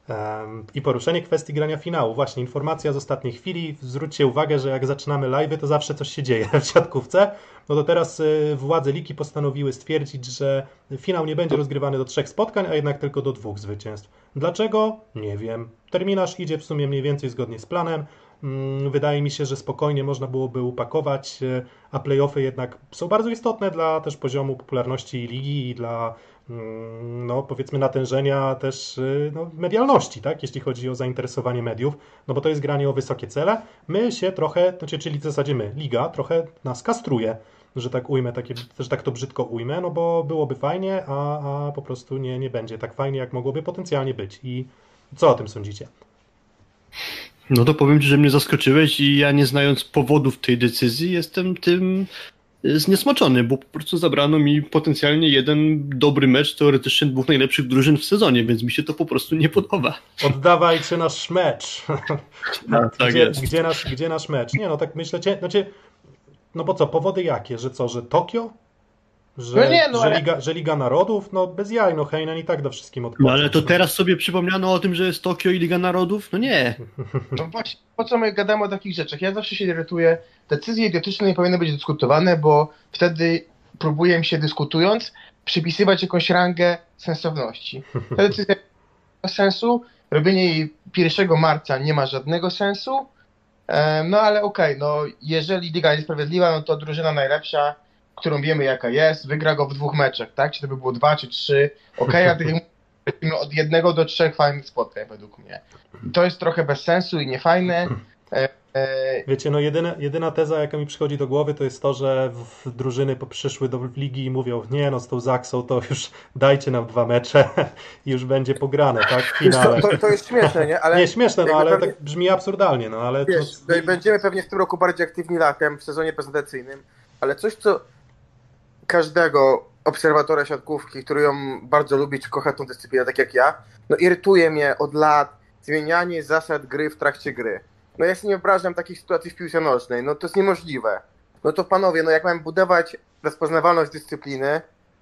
I poruszenie kwestii grania finału. Właśnie informacja z ostatniej chwili. Zwróćcie uwagę, że jak zaczynamy live'y, to zawsze coś się dzieje w siatkówce. No to teraz władze ligi postanowiły stwierdzić, że finał nie będzie rozgrywany do 3 spotkań, a jednak tylko do 2 zwycięstw. Dlaczego? Nie wiem. Terminarz idzie w sumie mniej więcej zgodnie z planem. Wydaje mi się, że spokojnie można byłoby upakować, a play-offy jednak są bardzo istotne dla też poziomu popularności ligi i dla no powiedzmy natężenia też no, medialności, tak? Jeśli chodzi o zainteresowanie mediów, no bo to jest granie o wysokie cele. My się trochę, znaczy, czyli w zasadzie my, liga, trochę nas kastruje, że tak ujmę, że tak to brzydko ujmę, no bo byłoby fajnie, a po prostu nie będzie tak fajnie, jak mogłoby potencjalnie być. I co o tym sądzicie? No to powiem ci, że mnie zaskoczyłeś i ja nie znając powodów tej decyzji jestem tym zniesmaczony, bo po prostu zabrano mi potencjalnie jeden dobry mecz teoretycznie 2 najlepszych drużyn w sezonie, więc mi się to po prostu nie podoba. Oddawajcie nasz mecz. Tak Gdzie nasz mecz? Nie no, tak myślę, znaczy, no bo co, powody jakie? Że co, że Tokio? Że Liga Narodów? No bez jaj, no Heinen i tak do wszystkim odpocząć. No ale to teraz sobie przypomniano o tym, że jest Tokio i Liga Narodów? No nie. No właśnie, po co my gadamy o takich rzeczach? Ja zawsze się irytuję. Decyzje idiotyczne nie powinny być dyskutowane, bo wtedy próbuje mi się dyskutując przypisywać jakąś rangę sensowności. Ta decyzja nie ma sensu, robienie jej 1 marca nie ma żadnego sensu, no ale okej, no jeżeli liga jest sprawiedliwa, no to drużyna najlepsza, którą wiemy jaka jest, wygra go w 2 meczach, tak? Czy to by było 2 czy 3, okej, a tak jak mówimy, od 1 do 3 fajnych spotkań według mnie. To jest trochę bez sensu i niefajne. Wiecie, no jedyna teza, jaka mi przychodzi do głowy, to jest to, że drużyny przyszły do ligi i mówią, nie no, z tą Zaksą to już dajcie nam 2 mecze i już będzie pograne, tak? W finale. To jest śmieszne, nie? Ale nie, śmieszne, no ale tak brzmi absurdalnie, no ale... Wiesz, będziemy pewnie w tym roku bardziej aktywni latem, w sezonie prezentacyjnym, ale coś, co każdego obserwatora siatkówki, który ją bardzo lubi, czy kocha tą dyscyplinę, tak jak ja, no irytuje mnie od lat zmienianie zasad gry w trakcie gry. No ja sobie nie wyobrażam takich sytuacji w piłce nożnej, no to jest niemożliwe. No to panowie, no jak mamy budować rozpoznawalność dyscypliny,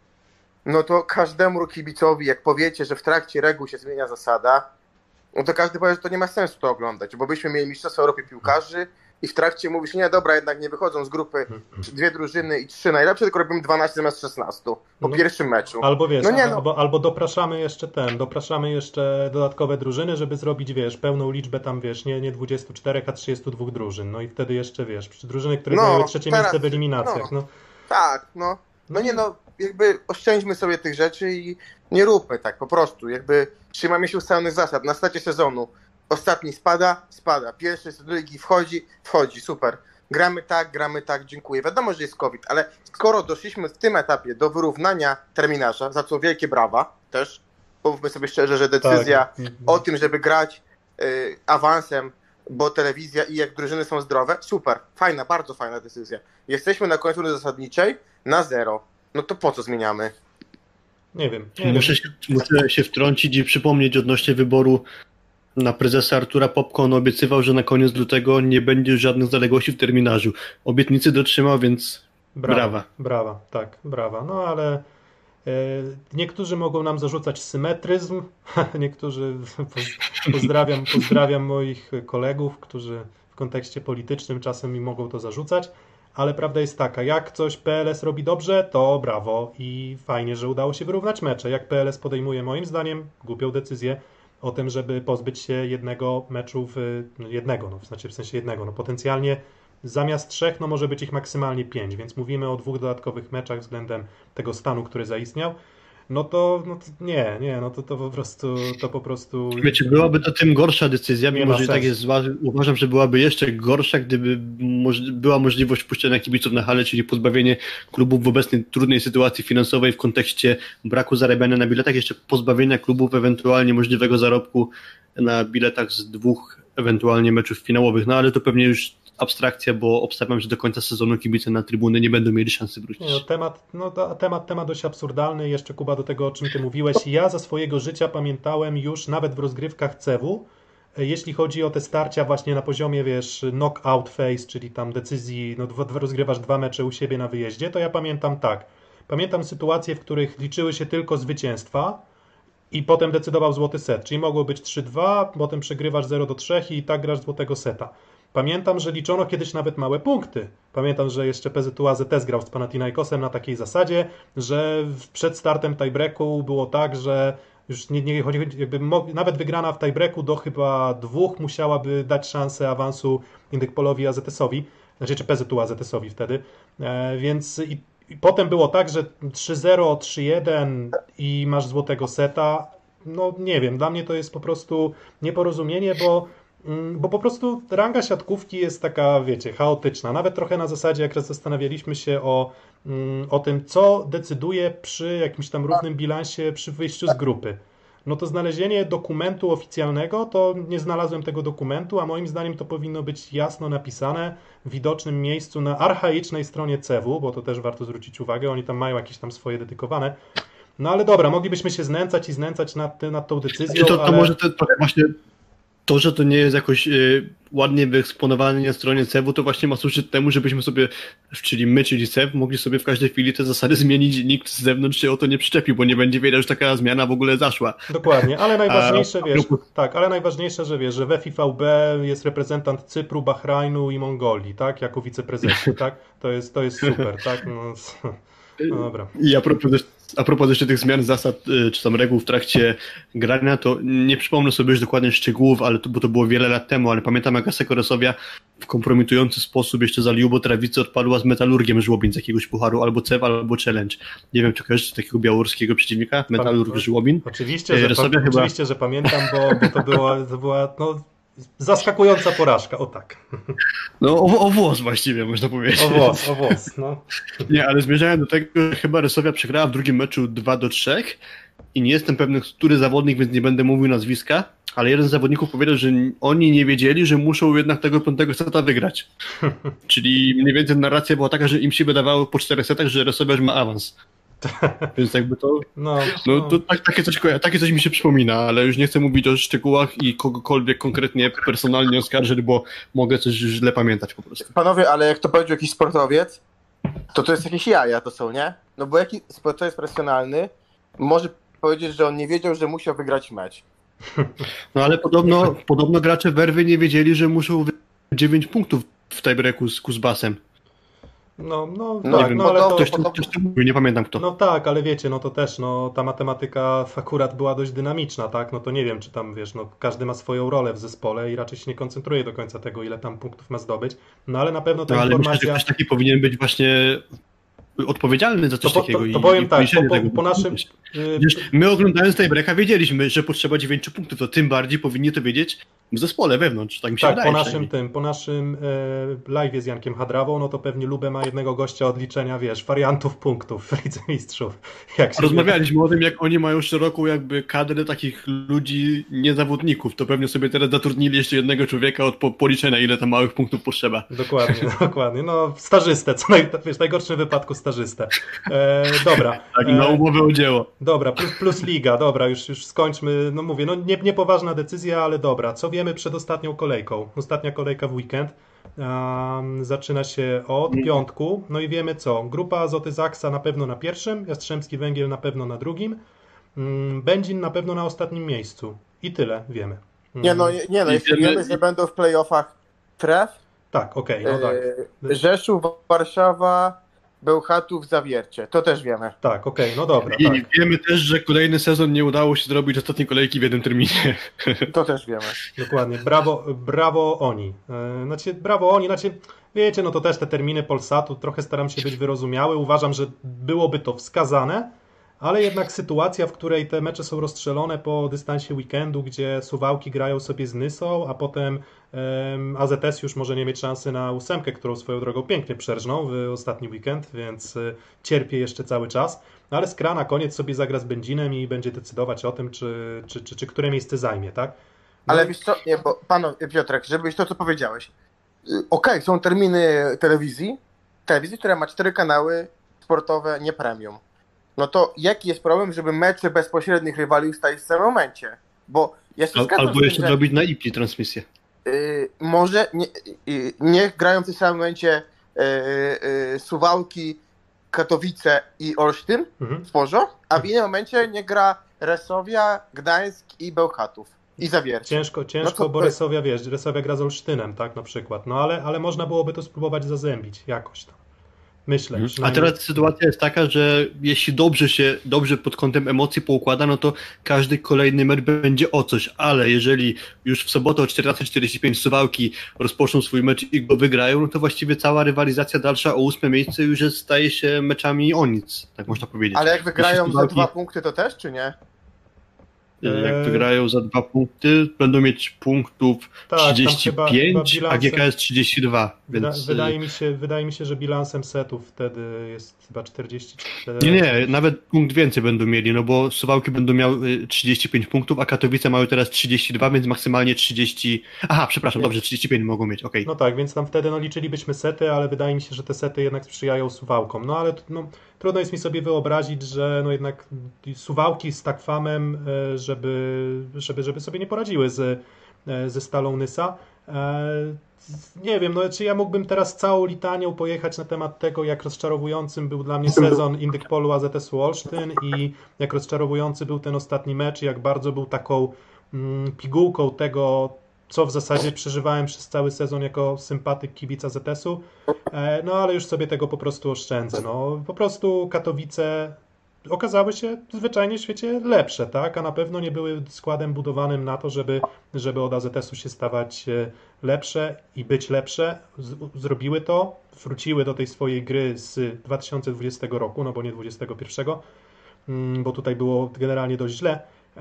no to każdemu kibicowi, jak powiecie, że w trakcie reguł się zmienia zasada, no to każdy powie, że to nie ma sensu to oglądać, bo byśmy mieli Mistrzostwo Europy Piłkarzy i w trakcie mówisz, nie, dobra, jednak nie wychodzą z grupy 2 drużyny i 3 najlepsze, tylko robimy 12 zamiast 16 po pierwszym meczu. Albo wiesz, no nie, albo dopraszamy jeszcze dodatkowe drużyny, żeby zrobić, wiesz, pełną liczbę tam, wiesz, nie 24, a 32 drużyn. No i wtedy jeszcze, wiesz, drużyny, które zajęły 3 miejsce w eliminacjach. No. Tak, no nie, no jakby oszczędźmy sobie tych rzeczy i nie róbmy tak, po prostu, jakby trzymamy się ustalonych zasad. Na starcie sezonu ostatni spada, pierwszy z ligi wchodzi, super. Gramy tak, dziękuję. Wiadomo, że jest COVID, ale skoro doszliśmy w tym etapie do wyrównania terminarza, za co wielkie brawa też, powiedzmy sobie szczerze, że decyzja o tym, żeby grać awansem, bo telewizja i jak drużyny są zdrowe, super, fajna, bardzo fajna decyzja. Jesteśmy na końcu zasadniczej na 0. No to po co zmieniamy? Nie wiem. Muszę się wtrącić i przypomnieć odnośnie wyboru na prezesa Artura Popko. On obiecywał, że na koniec lutego nie będzie żadnych zaległości w terminarzu. Obietnicy dotrzymał, więc brawa. Brawa. No ale niektórzy mogą nam zarzucać symetryzm, niektórzy pozdrawiam moich kolegów, którzy w kontekście politycznym czasem mi mogą to zarzucać, ale prawda jest taka, jak coś PLS robi dobrze, to brawo i fajnie, że udało się wyrównać mecze. Jak PLS podejmuje moim zdaniem głupią decyzję o tym, żeby pozbyć się jednego meczu potencjalnie zamiast 3, no może być ich maksymalnie 5, więc mówimy o 2 dodatkowych meczach względem tego stanu, który zaistniał. To po prostu... Wiecie, byłaby to tym gorsza decyzja, mimo że i tak jest zła. Uważam, że byłaby jeszcze gorsza, gdyby była możliwość wpuszczenia kibiców na halę, czyli pozbawienie klubów w obecnej trudnej sytuacji finansowej w kontekście braku zarabiania na biletach, jeszcze pozbawienia klubów ewentualnie możliwego zarobku na biletach z 2 ewentualnie meczów finałowych, no ale to pewnie już abstrakcja, bo obstawiam, że do końca sezonu kibice na trybuny nie będą mieli szansy wrócić. Temat dość absurdalny. Jeszcze, Kuba, do tego, o czym ty mówiłeś. Ja za swojego życia pamiętałem już nawet w rozgrywkach CEW, jeśli chodzi o te starcia właśnie na poziomie, wiesz, knockout phase, czyli tam decyzji, rozgrywasz 2 mecze u siebie na wyjeździe, to ja pamiętam tak. Pamiętam sytuacje, w których liczyły się tylko zwycięstwa i potem decydował złoty set, czyli mogło być 3-2, potem przegrywasz 0-3 i tak grasz złotego seta. Pamiętam, że liczono kiedyś nawet małe punkty. Pamiętam, że jeszcze PZU AZS grał z Panathinaikosem na takiej zasadzie, że przed startem tiebreaku było tak, że już nie chodzi, jakby nawet wygrana w tiebreaku do chyba 2 musiałaby dać szansę awansu Indykpolowi AZS-owi, znaczy czy PZU AZS-owi wtedy, więc i potem było tak, że 3-0, 3-1 i masz złotego seta. No nie wiem, dla mnie to jest po prostu nieporozumienie, bo po prostu ranga siatkówki jest taka, wiecie, chaotyczna. Nawet trochę na zasadzie, jak raz zastanawialiśmy się o tym, co decyduje przy jakimś tam równym bilansie przy wyjściu z grupy. No to znalezienie dokumentu oficjalnego, to nie znalazłem tego dokumentu, a moim zdaniem to powinno być jasno napisane w widocznym miejscu na archaicznej stronie CEW, bo to też warto zwrócić uwagę, oni tam mają jakieś tam swoje dedykowane. No ale dobra, moglibyśmy się znęcać nad tą decyzją, to może to właśnie to, że to nie jest jakoś ładnie wyeksponowane na stronie CEW, to właśnie ma służyć temu, żebyśmy sobie, czyli my, czyli CEW, mogli sobie w każdej chwili te zasady zmienić i nikt z zewnątrz się o to nie przyczepił, bo nie będzie wiedział, że taka zmiana w ogóle zaszła. Dokładnie, ale najważniejsze, najważniejsze, że wiesz, że w FIVB jest reprezentant Cypru, Bahrajnu i Mongolii, tak, jako wiceprezesi, tak? To jest super, tak? No dobra. I a propos jeszcze tych zmian zasad, czy tam reguł w trakcie grania, to nie przypomnę sobie już dokładnie szczegółów, bo to było wiele lat temu, ale pamiętam, jak Asseco Resovia w kompromitujący sposób jeszcze za Liubo Trawicy odpadła z Metalurgiem Żłobin z jakiegoś pucharu, albo CEW, albo Challenge. Nie wiem, czy kojarzysz takiego białoruskiego przeciwnika, Metalurg Żłobin? Oczywiście, że pamiętam, bo to była zaskakująca porażka, o tak. No o włos właściwie można powiedzieć. O włos, no. Nie, ale zmierzałem do tego, że chyba Resovia przegrała w drugim meczu 2-3 i nie jestem pewny, który zawodnik, więc nie będę mówił nazwiska, ale jeden z zawodników powiedział, że oni nie wiedzieli, że muszą jednak tego 5. seta wygrać. Czyli mniej więcej narracja była taka, że im się wydawało po 4 setach, że Resovia już ma awans. Więc jakby to... to takie coś mi się przypomina, ale już nie chcę mówić o szczegółach i kogokolwiek konkretnie personalnie oskarżyć, bo mogę coś źle pamiętać po prostu. Panowie, ale jak to powiedział jakiś sportowiec, to jest jakieś jaja to są, nie? No bo jaki sportowiec profesjonalny może powiedzieć, że on nie wiedział, że musiał wygrać mecz. No ale podobno gracze Werwy nie wiedzieli, że muszą 9 punktów w tiebreaku z Kuzbasem. Ktoś to mówił, nie pamiętam kto. No tak, ale wiecie, no to też, ta matematyka akurat była dość dynamiczna, tak? No to nie wiem, czy tam, wiesz, każdy ma swoją rolę w zespole i raczej się nie koncentruje do końca tego, ile tam punktów ma zdobyć, no ale na pewno ta informacja... Ale myślę, że ktoś taki powinien być właśnie odpowiedzialny za coś takiego. To powiem tak, po naszym... My oglądając tiebreaka wiedzieliśmy, że potrzeba 9 punktów, to tym bardziej powinni to wiedzieć w zespole wewnątrz, tak mi się wydaje. Po naszym live'ie z Jankiem Hadrawą, no to pewnie Lubę ma jednego gościa od liczenia, wiesz, wariantów punktów w Lidze Mistrzów. Rozmawialiśmy o tym, jak oni mają szeroką jakby kadrę takich ludzi, niezawodników, to pewnie sobie teraz zatrudnili jeszcze jednego człowieka od policzenia, ile tam małych punktów potrzeba. Dokładnie. No stażystę, w najgorszym wypadku stażystę. Dobra. Tak, na umowę o dzieło. Dobra, plus liga, dobra, już skończmy. No mówię, niepoważna decyzja, ale dobra. Co wiemy przed ostatnią kolejką? Ostatnia kolejka w weekend zaczyna się od piątku. No i wiemy co? Grupa Azoty Zaksa na pewno na pierwszym, Jastrzębski Węgiel na pewno na drugim, Będzin na pewno na ostatnim miejscu. I tyle wiemy. Jeśli wiemy, że będą w playoffach Tref. Tak, okej, no tak. Rzeszów, Warszawa, Bełchatów, Zawiercie. To też wiemy. Tak, okej, no dobra. I tak. wiemy też, że kolejny sezon nie udało się zrobić ostatniej kolejki w jednym terminie. To też wiemy. Dokładnie. Brawo oni. Wiecie, no to też te terminy Polsatu, trochę staram się być wyrozumiały. Uważam, że byłoby to wskazane, ale jednak sytuacja, w której te mecze są rozstrzelone po dystansie weekendu, gdzie Suwałki grają sobie z Nysą, a potem AZS już może nie mieć szansy na 8, którą swoją drogą pięknie przerżną w ostatni weekend, więc cierpię jeszcze cały czas. No ale Skra na koniec sobie zagra z Będzinem i będzie decydować o tym, czy które miejsce zajmie, tak? No. Ale wiesz co, bo Piotrek, żebyś to, co powiedziałeś. Okej, są terminy telewizji, która ma 4 kanały sportowe, nie premium. No to jaki jest problem, żeby mecze bezpośrednich rywali ustalić w tym momencie? Bo ja się zgadzam albo jeszcze zrobić na IPLI transmisję. Może niech grają w tym samym momencie Suwałki, Katowice i Olsztyn w Porzo, a w innym momencie niech gra Resowia, Gdańsk i Bełchatów. I Zawiercie. Ciężko, bo Resowia, wiesz, Resowia gra z Olsztynem, tak, na przykład. No ale można byłoby to spróbować zazębić jakoś tam. Myślę. A teraz sytuacja jest taka, że jeśli dobrze pod kątem emocji poukłada, no to każdy kolejny mecz będzie o coś, ale jeżeli już w sobotę o 14:45 Suwałki rozpoczną swój mecz i go wygrają, no to właściwie cała rywalizacja dalsza o 8 miejsce już staje się meczami o nic, tak można powiedzieć. Ale jak wygrają za 2 punkty, to też, czy nie? Jak wygrają za 2 punkty, będą mieć punktów 35, chyba a GKS 32. Więc... Wydaje mi się, że bilansem setów wtedy jest chyba 44. Nie, nawet punkt więcej będą mieli, no bo Suwałki będą miały 35 punktów, a Katowice mają teraz 32, więc maksymalnie 30... Aha, przepraszam, dobrze, 35 mogą mieć, okej. No tak, więc tam wtedy liczylibyśmy sety, ale wydaje mi się, że te sety jednak sprzyjają Suwałkom. No ale trudno jest mi sobie wyobrazić, że jednak Suwałki z Takwamem, żeby sobie nie poradziły ze Stalą Nysa. Nie wiem, czy ja mógłbym teraz całą litanią pojechać na temat tego, jak rozczarowującym był dla mnie sezon Indykpolu AZS-u Olsztyn i jak rozczarowujący był ten ostatni mecz, jak bardzo był taką pigułką tego, co w zasadzie przeżywałem przez cały sezon jako sympatyk kibica ZS-u, ale już sobie tego po prostu oszczędzę. Po prostu Katowice okazały się zwyczajnie w świecie lepsze, tak? A na pewno nie były składem budowanym na to, żeby od AZS-u się stawać lepsze i być lepsze. Zrobiły to, wróciły do tej swojej gry z 2020 roku, no bo nie 2021, bo tutaj było generalnie dość źle.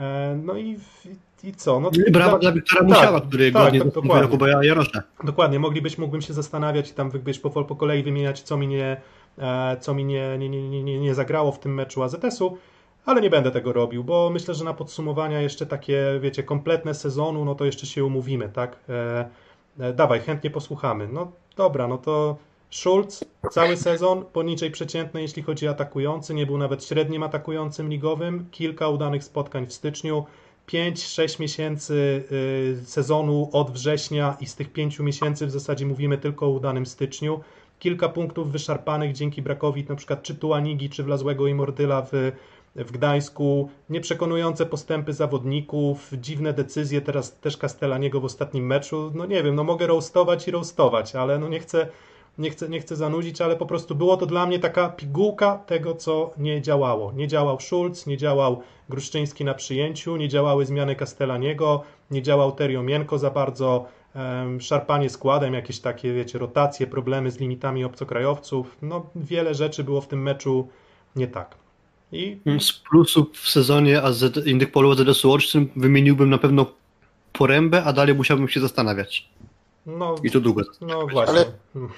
I co? Brawa dla Wiktora Musiała, który godnie zastąpił Jakuba Jarosza. Dokładnie, mógłbym się zastanawiać i tam po kolei wymieniać, co mi nie zagrało w tym meczu AZS-u, ale nie będę tego robił, bo myślę, że na podsumowania jeszcze takie, wiecie, kompletne sezonu, no to jeszcze się umówimy, tak? Dawaj, chętnie posłuchamy. No dobra, no to Schulz cały sezon poniżej przeciętnej, jeśli chodzi o atakujący, nie był nawet średnim atakującym ligowym, kilka udanych spotkań w styczniu, 5-6 miesięcy sezonu od września i z tych 5 miesięcy w zasadzie mówimy tylko o udanym styczniu. Kilka punktów wyszarpanych dzięki brakowi na przykład czy Tuanigi, czy Wlazłego i Mordyla w Gdańsku, nieprzekonujące postępy zawodników, dziwne decyzje, teraz też Castellaniego w ostatnim meczu. No nie wiem, mogę roastować, ale nie chcę zanudzić, ale po prostu było to dla mnie taka pigułka tego, co nie działało. Nie działał Schulz, nie działał Gruszczyński na przyjęciu, nie działały zmiany Castellaniego, nie działał Teriomienko za bardzo, szarpanie składem, jakieś takie, wiecie, rotacje, problemy z limitami obcokrajowców. Wiele rzeczy było w tym meczu nie tak. Z plusów w sezonie Indykpolu AZS-u Olsztyn wymieniłbym na pewno Porębę, a dalej musiałbym się zastanawiać. I to długo. No właśnie. Ale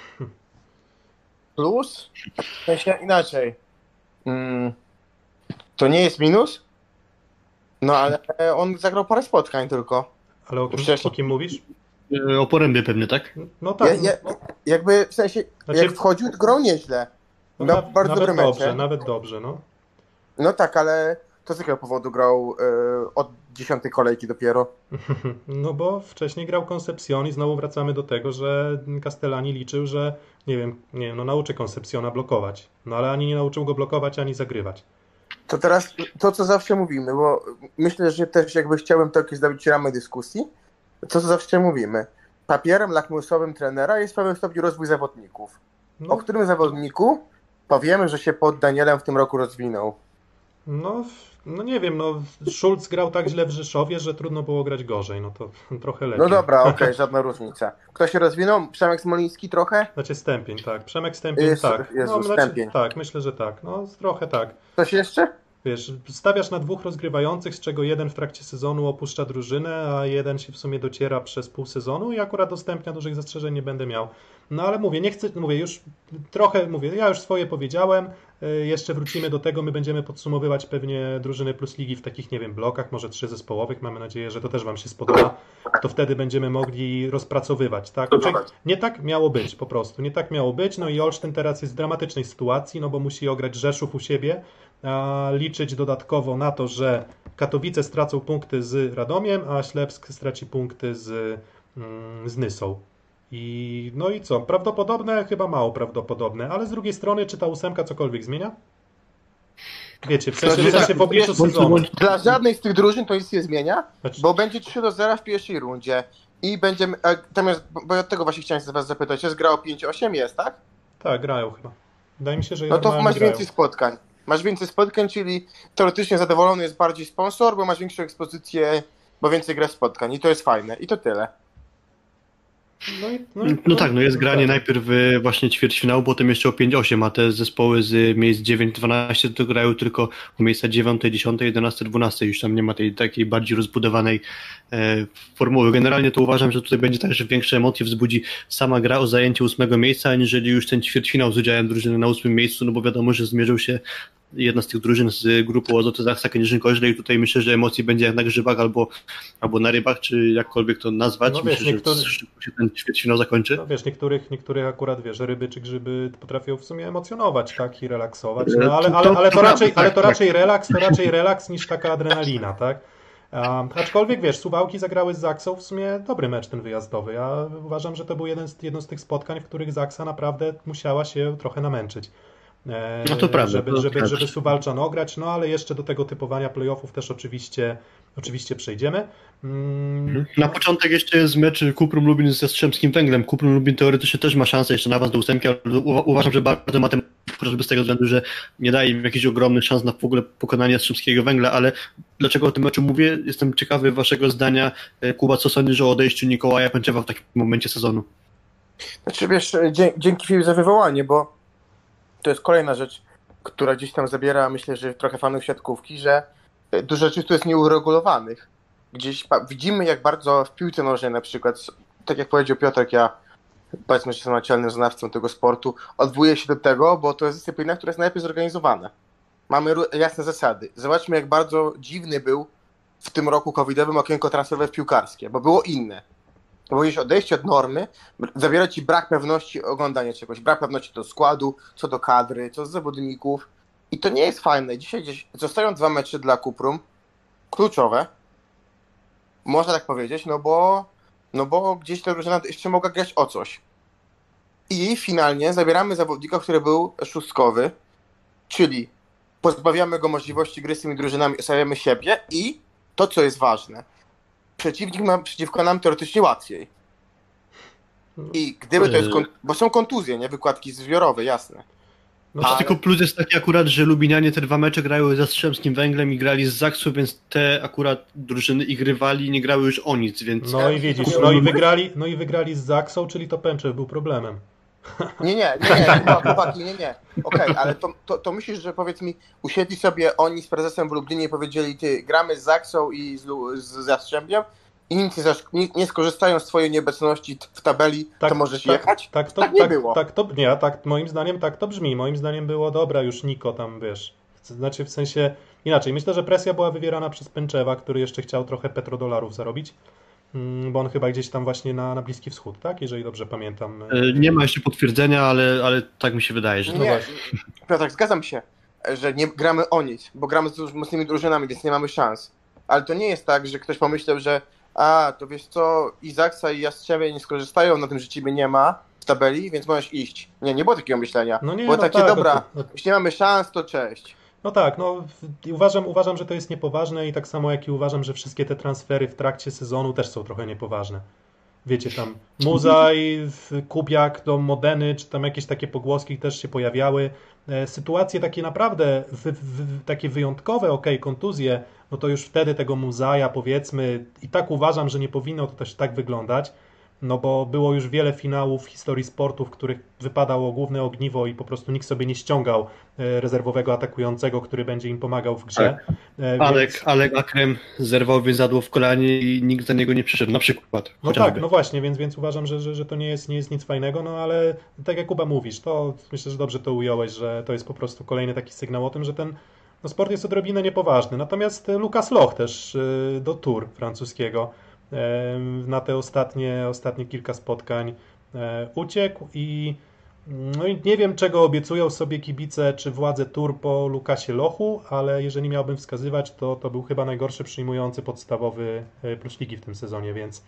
plus? W sensie inaczej. To nie jest minus? No ale on zagrał parę spotkań tylko. Ale o kim mówisz? O Porębie pewnie, tak? No tak. Jakby w sensie, jak wchodził, to grał nieźle. Miał bardzo dobre mecze. Nawet dobrze, no. No tak, ale to z jakiego powodu grał od 10. kolejki dopiero? No bo wcześniej grał Concepcion i znowu wracamy do tego, że Castellani liczył, że nauczy Concepciona blokować. No ale ani nie nauczył go blokować, ani zagrywać. To teraz to, co zawsze mówimy, bo myślę, że też jakby chciałem to jakieś zrobić ramę dyskusji, to co zawsze mówimy. Papierem lakmusowym trenera jest w pewnym stopniu rozwój zawodników. O którym zawodniku powiemy, że się pod Danielem w tym roku rozwinął? No nie wiem, Schulz grał tak źle w Rzeszowie, że trudno było grać gorzej, no to trochę lepiej. No dobra, okej, żadna różnica. Kto się rozwinął? Przemek Smoliński trochę? Znaczy Stępień, tak. Przemek Stępień, tak. Stępień. Tak, myślę, że tak. Trochę tak. Coś jeszcze? Wiesz, stawiasz na 2 rozgrywających, z czego jeden w trakcie sezonu opuszcza drużynę, a jeden się w sumie dociera przez pół sezonu i akurat do Stępnia dużych zastrzeżeń nie będę miał. No ale ja już swoje powiedziałem, jeszcze wrócimy do tego, my będziemy podsumowywać pewnie drużyny plus ligi w takich, nie wiem, blokach, może 3 zespołowych, mamy nadzieję, że to też Wam się spodoba, to wtedy będziemy mogli rozpracowywać, tak? Nie tak miało być po prostu, nie tak miało być, no i Olsztyn teraz jest w dramatycznej sytuacji, no bo musi ograć Rzeszów u siebie, a liczyć dodatkowo na to, że Katowice stracą punkty z Radomiem, a Ślepsk straci punkty z Nysą. I co? Prawdopodobne? Chyba mało prawdopodobne, ale z drugiej strony, czy ta 8 cokolwiek zmienia? wiecie, w sensie w obliczu sezonu. Dla żadnej z tych drużyn to nic nie zmienia, Znaczy- bo będzie 3-0 w pierwszej rundzie i będziemy, bo od tego właśnie chciałem was zapytać, jest gra o 5-8, jest, tak? Tak, grają chyba. Wydaje mi się, że No to normalnie masz grają. więcej spotkań. Masz więcej spotkań, czyli teoretycznie zadowolony jest bardziej sponsor, bo masz większą ekspozycję, bo więcej gra spotkań i to jest fajne. I to tyle. No tak, no jest granie tak. najpierw właśnie ćwierćfinału, potem jeszcze o 5-8, a te zespoły z miejsc 9-12 to grają tylko o miejsca 9, 10, 11, 12, już tam nie ma tej takiej bardziej rozbudowanej formuły. Generalnie to uważam, że tutaj będzie także większe emocje wzbudzi sama gra o zajęcie 8 miejsca, aniżeli już ten ćwierćfinał z udziałem drużyny na 8 miejscu, no bo wiadomo, że zmierzył się jedna z tych drużyn z grupy Łazoty Zaksa Kędzierzyn-Koźle i tutaj myślę, że emocji będzie jak na grzybach albo na rybach, czy jakkolwiek to nazwać. No wiesz, myślę, że szybko się ten ćwierćfinał zakończy. No wiesz, niektórych akurat, wiesz, ryby czy grzyby potrafią w sumie emocjonować, tak, i relaksować, no, ale to raczej relaks niż taka adrenalina, tak? Aczkolwiek, wiesz, Suwałki zagrały z Zaksą w sumie dobry mecz ten wyjazdowy. Ja uważam, że to był jedno z tych spotkań, w których Zaksa naprawdę musiała się trochę namęczyć. No to prawda. Żeby Suwalczan ograć, no ale jeszcze do tego typowania playoffów też oczywiście przejdziemy. Na początek jeszcze jest mecz Kuprum Lubin ze Jastrzębskim Węglem. Kuprum Lubin teoretycznie też ma szansę jeszcze na awans do 8, ale uważam, że bardzo ma ten chociażby z tego względu, że nie daje im jakichś ogromnych szans na w ogóle pokonanie Jastrzębskiego Węgla, ale dlaczego o tym meczu mówię? Jestem ciekawy waszego zdania. Kuba, co sądzisz o odejściu Mikołaja Pęczewa w takim momencie sezonu? Znaczy wiesz, dzięki Filip za wywołanie, bo to jest kolejna rzecz, która gdzieś tam zabiera, myślę, że trochę fanów siatkówki, że dużo rzeczy tu jest nieuregulowanych. Gdzieś widzimy, jak bardzo w piłce nożnej na przykład, tak jak powiedział Piotrek, ja powiedzmy, że jestem naczelnym znawcą tego sportu, odwołuję się do tego, bo to jest dyscyplina, która jest najlepiej zorganizowana. Mamy jasne zasady. Zobaczmy, jak bardzo dziwny był w tym roku covidowym okienko transferowe piłkarskie, bo było inne. Bo jeśli odejście od normy, zabiera ci brak pewności oglądania czegoś, brak pewności do składu, co do kadry, co do zawodników. I to nie jest fajne. Dzisiaj gdzieś zostają 2 mecze dla Kuprum, kluczowe, można tak powiedzieć, no bo gdzieś ta drużyna jeszcze mogła grać o coś. I finalnie zabieramy zawodnika, który był szóstkowy, czyli pozbawiamy go możliwości gry z tymi drużynami, stawiamy siebie i to, co jest ważne, przeciwnik ma przeciwko nam teoretycznie łatwiej. I gdyby to jest, bo są kontuzje, nie? Wykładki zbiorowe, jasne. No tylko plus jest taki akurat, że Lubinianie te 2 mecze grały z Jastrzębskim Węglem i grali z Zaksą, więc te akurat drużyny ich rywali nie grały już o nic, więc... No i widzisz, no i wygrali z Zaksą, czyli to Pęczew był problemem. Nie, chłopaki, nie. Okej, ale to myślisz, że powiedz mi, usiedli sobie oni z prezesem w Lublinie i powiedzieli, ty, gramy z Zaksą i z Jastrzębiem i nic nie skorzystają z twojej nieobecności w tabeli, to możesz jechać? Tak nie było. Moim zdaniem tak to brzmi. Moim zdaniem było, dobra, już Niko tam, wiesz, znaczy w sensie inaczej. Myślę, że presja była wywierana przez Pęczewa, który jeszcze chciał trochę petrodolarów zarobić, bo on chyba gdzieś tam właśnie na Bliski Wschód, tak? Jeżeli dobrze pamiętam. Nie ma jeszcze potwierdzenia, ale tak mi się wydaje, że to nie. Piotrek, zgadzam się, że nie gramy o nic, bo gramy z mocnymi drużynami, więc nie mamy szans. Ale to nie jest tak, że ktoś pomyślał, że to wiesz co, i Zaksa i Jastrzębie nie skorzystają na tym, że ciebie nie ma w tabeli, więc możesz iść. Nie było takiego myślenia. Było takie, dobra, jeśli nie mamy szans, to cześć. No tak, no uważam, że to jest niepoważne i tak samo jak i uważam, że wszystkie te transfery w trakcie sezonu też są trochę niepoważne. Wiecie, tam Muzaj, Kubiak do Modeny, czy tam jakieś takie pogłoski też się pojawiały. Sytuacje takie naprawdę takie wyjątkowe, kontuzje, no to już wtedy tego Muzaja, powiedzmy, i tak uważam, że nie powinno to też tak wyglądać, no bo było już wiele finałów w historii sportu, w których wypadało główne ogniwo i po prostu nikt sobie nie ściągał rezerwowego atakującego, który będzie im pomagał w grze. Tak. Alek Akrem zerwał więzadło w kolanie i nikt za niego nie przyszedł, na przykład. No chociażby. Tak, no właśnie, więc uważam, że to nie jest nic fajnego, no ale tak jak Kuba mówisz, to myślę, że dobrze to ująłeś, że to jest po prostu kolejny taki sygnał o tym, że ten sport jest odrobinę niepoważny. Natomiast Lukas Loch też do Tour francuskiego na te ostatnie kilka spotkań uciekł i no i nie wiem, czego obiecują sobie kibice czy władze Tour po Lukasie Lochu, ale jeżeli miałbym wskazywać, to był chyba najgorszy przyjmujący podstawowy Plus Ligi w tym sezonie, więc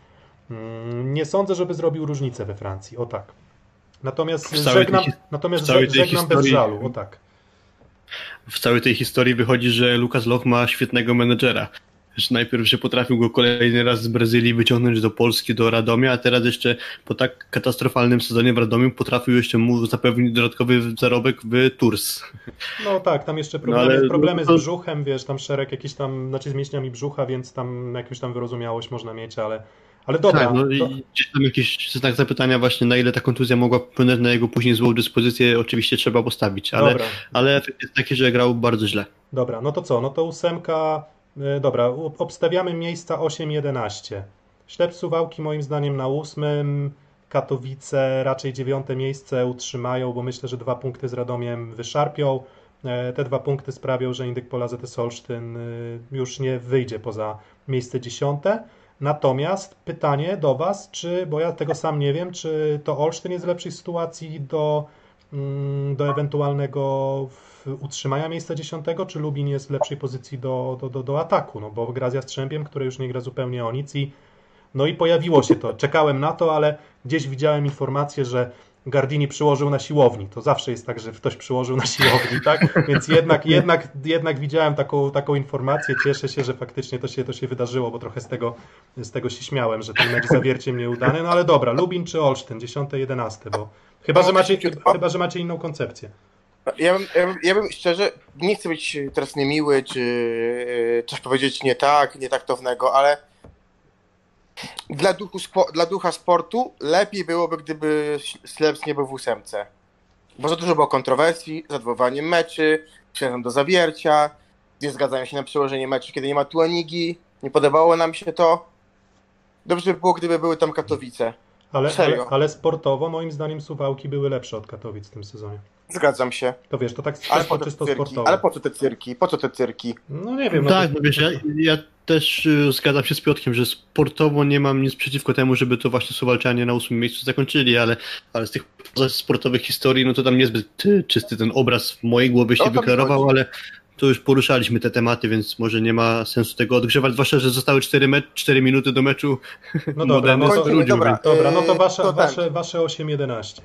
nie sądzę, żeby zrobił różnicę we Francji, o tak. Natomiast żegnam bez żalu, o tak. w całej tej historii wychodzi, że Lukas Loch ma świetnego menedżera. Że najpierw, że potrafił go kolejny raz z Brazylii wyciągnąć do Polski, do Radomia, a teraz jeszcze po tak katastrofalnym sezonie w Radomiu potrafił jeszcze mu zapewnić dodatkowy zarobek w Tours. No tak, tam jeszcze problemy z brzuchem, wiesz, tam szereg jakiś tam, znaczy z mięśniami brzucha, więc tam jakąś tam wyrozumiałość można mieć, ale dobra. Tak, no i gdzieś tam jakiś znak zapytania właśnie, na ile ta kontuzja mogła wpłynąć na jego później złą dyspozycję, oczywiście trzeba postawić, ale efekt jest taki, że grał bardzo źle. Dobra, no to co? No to 8, dobra, obstawiamy miejsca 8-11. Ślep Suwałki moim zdaniem na 8, Katowice raczej 9 miejsce utrzymają, bo myślę, że 2 punkty z Radomiem wyszarpią. Te 2 punkty sprawią, że Indyk Pola ZS Olsztyn już nie wyjdzie poza miejsce 10. Natomiast pytanie do Was, bo ja tego sam nie wiem, czy to Olsztyn jest w lepszej sytuacji do ewentualnego utrzymania miejsca 10, czy Lubin jest w lepszej pozycji do ataku, no bo gra z Jastrzębiem, które już nie gra zupełnie o nic no i pojawiło się to. Czekałem na to, ale gdzieś widziałem informację, że Gardini przyłożył na siłowni. To zawsze jest tak, że ktoś przyłożył na siłowni, tak? Więc jednak widziałem taką informację. Cieszę się, że faktycznie to się wydarzyło, bo trochę z tego się śmiałem, że ten mecz z Zawierciem nieudany. No ale dobra, Lubin czy Olsztyn, 10, 11, bo chyba, że macie inną koncepcję. Ja bym szczerze, nie chcę być teraz niemiły, czy coś powiedzieć nie taktownego, ale dla ducha sportu lepiej byłoby, gdyby Śleps nie był w 8. Bo za dużo było kontrowersji z odwoływaniem meczy, przyjazdem do Zawiercia, nie zgadzają się na przełożenie meczu, kiedy nie ma Tuanigi, nie podobało nam się to. Dobrze by było, gdyby były tam Katowice. Ale sportowo moim zdaniem Suwałki były lepsze od Katowic w tym sezonie. Zgadzam się. To wiesz, to tak czysto sportowo. Ale po co te cyrki? Po co te cyrki? No nie wiem. Tak, no wiesz, ja też zgadzam się z Piotrkiem, że sportowo nie mam nic przeciwko temu, żeby to właśnie Suwalczanie na 8 miejscu zakończyli, ale z tych sportowych historii, no to tam niezbyt czysty ten obraz w mojej głowie się wyklarował, ale to już poruszaliśmy te tematy, więc może nie ma sensu tego odgrzewać, zwłaszcza, że zostały 4 minuty do meczu. No dobra, no to wasze 8-11.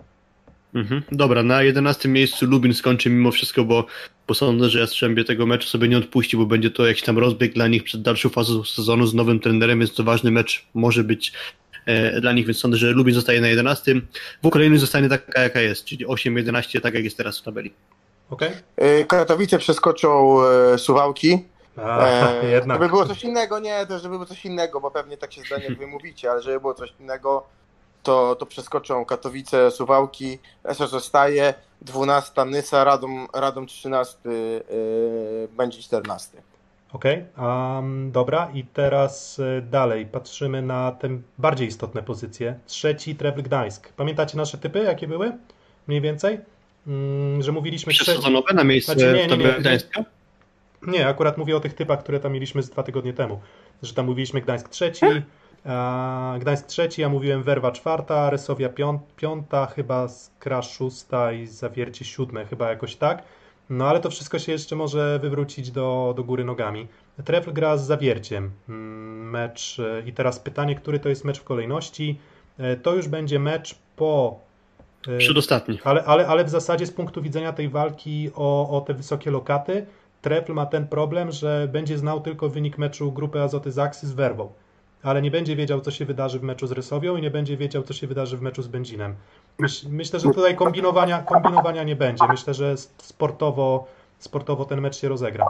Dobra, na 11 miejscu Lubin skończy mimo wszystko, bo sądzę, że Jastrzębie tego meczu sobie nie odpuści, bo będzie to jakiś tam rozbieg dla nich przed dalszą fazą sezonu z nowym trenerem, więc to ważny mecz może być dla nich, więc sądzę, że Lubin zostaje na 11. W kolejnym zostanie taka, jaka jest, czyli 8-11, tak jak jest teraz w tabeli. Okay. Katowice przeskoczą Suwałki. Jednak. Żeby było coś innego, żeby było coś innego, bo pewnie tak się zdanie jak wy mówicie, ale żeby było coś innego, to przeskoczą Katowice, Suwałki, SR zostaje, 12 Nysa, Radom 13, będzie 14. Okej, dobra i teraz dalej patrzymy na te bardziej istotne pozycje. 3 Trefl Gdańsk. Pamiętacie nasze typy, jakie były? Mniej więcej? Że mówiliśmy... Przesezonowe na miejsce Gdańska? Nie, akurat mówię o tych typach, które tam mieliśmy z 2 tygodnie temu. Że tam mówiliśmy Gdańsk 3, Gdańsk 3, ja mówiłem Werwa 4, Resowia 5, chyba Skra 6 i Zawiercie 7, chyba jakoś tak. No ale to wszystko się jeszcze może wywrócić do góry nogami. Trefl gra z Zawierciem. Mecz i teraz pytanie, który to jest mecz w kolejności. To już będzie mecz po... Przedostatni. Ale w zasadzie z punktu widzenia tej walki o te wysokie lokaty, Trefl ma ten problem, że będzie znał tylko wynik meczu grupy Azoty Zaksy z Werwą. Ale nie będzie wiedział, co się wydarzy w meczu z Resowią i nie będzie wiedział, co się wydarzy w meczu z Będzinem. Myślę, że tutaj kombinowania nie będzie. Myślę, że sportowo ten mecz się rozegra.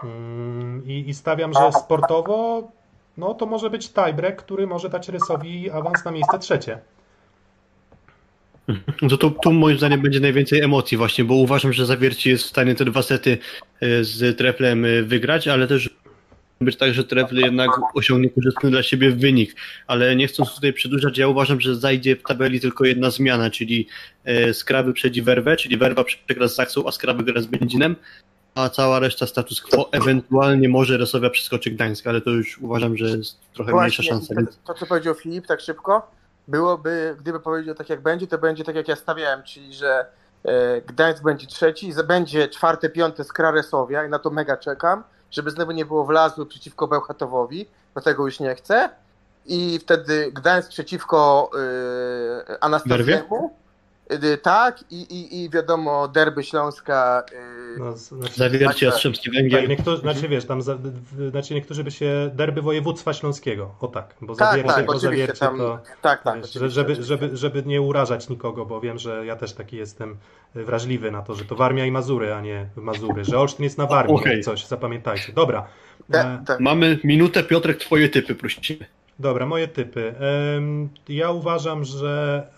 I stawiam, że sportowo no to może być tiebreak, który może dać Resowi awans na miejsce 3. No to tu moim zdaniem będzie najwięcej emocji właśnie, bo uważam, że Zawiercie jest w stanie te 2 sety z Treflem wygrać, ale też być tak, że Trefl jednak osiągnie korzystny dla siebie wynik, ale nie chcąc tutaj przedłużać, ja uważam, że zajdzie w tabeli tylko jedna zmiana, czyli Skra wyprzedzi Werwę, czyli Werwa przegra z Zaksą, a Skra wygra z Będzinem, a cała reszta status quo, ewentualnie może Resowia przeskoczy Gdańsk, ale to już uważam, że jest trochę mniejsza szansa. To, co powiedział Filip, tak szybko, byłoby, gdyby powiedział tak jak będzie, to będzie tak jak ja stawiałem, czyli że Gdańsk będzie 3, będzie 4, 5 Skra Resowia i na to mega czekam, żeby znowu nie było wlazły przeciwko Bełchatowowi, bo tego już nie chcę. I wtedy Gdańsk przeciwko Anastazjemu Tak, i wiadomo, derby Śląska. No, znaczy, Zawiercie Jastrzębski Węgiel. tak, niektórzy, znaczy wiesz, tam znaczy niektórzy by się derby województwa śląskiego, o tak, bo Tak, Zawiercie, tak, bo oczywiście, Zawiercie tam, to, tak, wiesz, żeby nie urażać nikogo, bo wiem, że ja też taki jestem wrażliwy na to, że to Warmia i Mazury, a nie Mazury, że Olsztyn jest na Warmii, Okej. coś, zapamiętajcie. Dobra. Tak. Mamy minutę, Piotrek, twoje typy prosimy. Dobra, moje typy. Ja uważam, że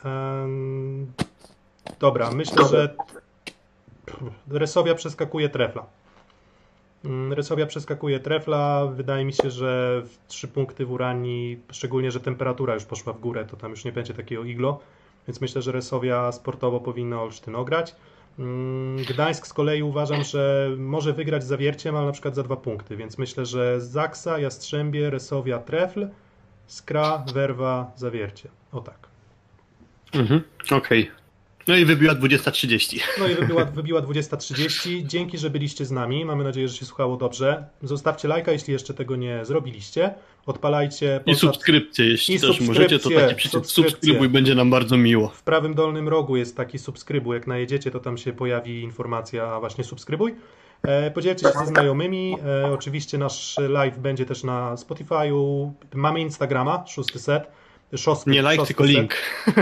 dobra, myślę, że Resowia przeskakuje Trefla. Resowia przeskakuje Trefla. Wydaje mi się, że 3 punkty w Uranii, szczególnie, że temperatura już poszła w górę, to tam już nie będzie takiego iglo, więc myślę, że Resowia sportowo powinna Olsztyn ograć. Gdańsk z kolei uważam, że może wygrać z Zawierciem, ale na przykład za 2 punkty, więc myślę, że Zaksa, Jastrzębie, Resowia, Trefl, Skra, Werwa, Zawiercie. O tak. Okej. No i wybiła 20:30. No i wybiła 20:30. Dzięki, że byliście z nami. Mamy nadzieję, że się słuchało dobrze. Zostawcie lajka, jeśli jeszcze tego nie zrobiliście. Odpalajcie I subskrypcję, jeśli też możecie, to taki przycisk subskrybuj, będzie nam bardzo miło. W prawym dolnym rogu jest taki subskrybuj. Jak najedziecie, to tam się pojawi informacja właśnie subskrybuj. Podzielcie się ze znajomymi. Oczywiście nasz live będzie też na Spotify'u. Mamy Instagrama, 6. set. Nie like, tylko link.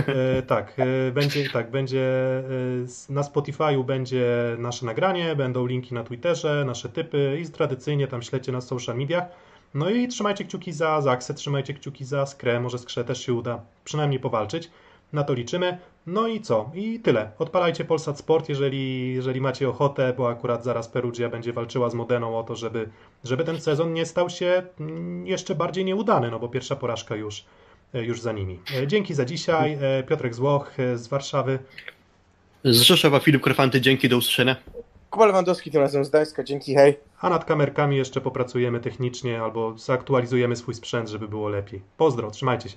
Będzie na Spotify'u będzie nasze nagranie, będą linki na Twitterze, nasze typy i tradycyjnie tam śledźcie nas w social mediach. No i trzymajcie kciuki za Zaksę, trzymajcie kciuki za Skrę, może Skrze też się uda przynajmniej powalczyć. Na to liczymy. No i co? I tyle. Odpalajcie Polsat Sport, jeżeli macie ochotę, bo akurat zaraz Perugia będzie walczyła z Modeną o to, żeby ten sezon nie stał się jeszcze bardziej nieudany, no bo pierwsza porażka już za nimi. Dzięki za dzisiaj. Piotrek z Włoch z Warszawy. Z Rzeszowa Filip Korfanty, dzięki, do usłyszenia. Kuba Lewandowski, tym razem z Gdańska, dzięki, hej. A nad kamerkami jeszcze popracujemy technicznie albo zaktualizujemy swój sprzęt, żeby było lepiej. Pozdro, trzymajcie się.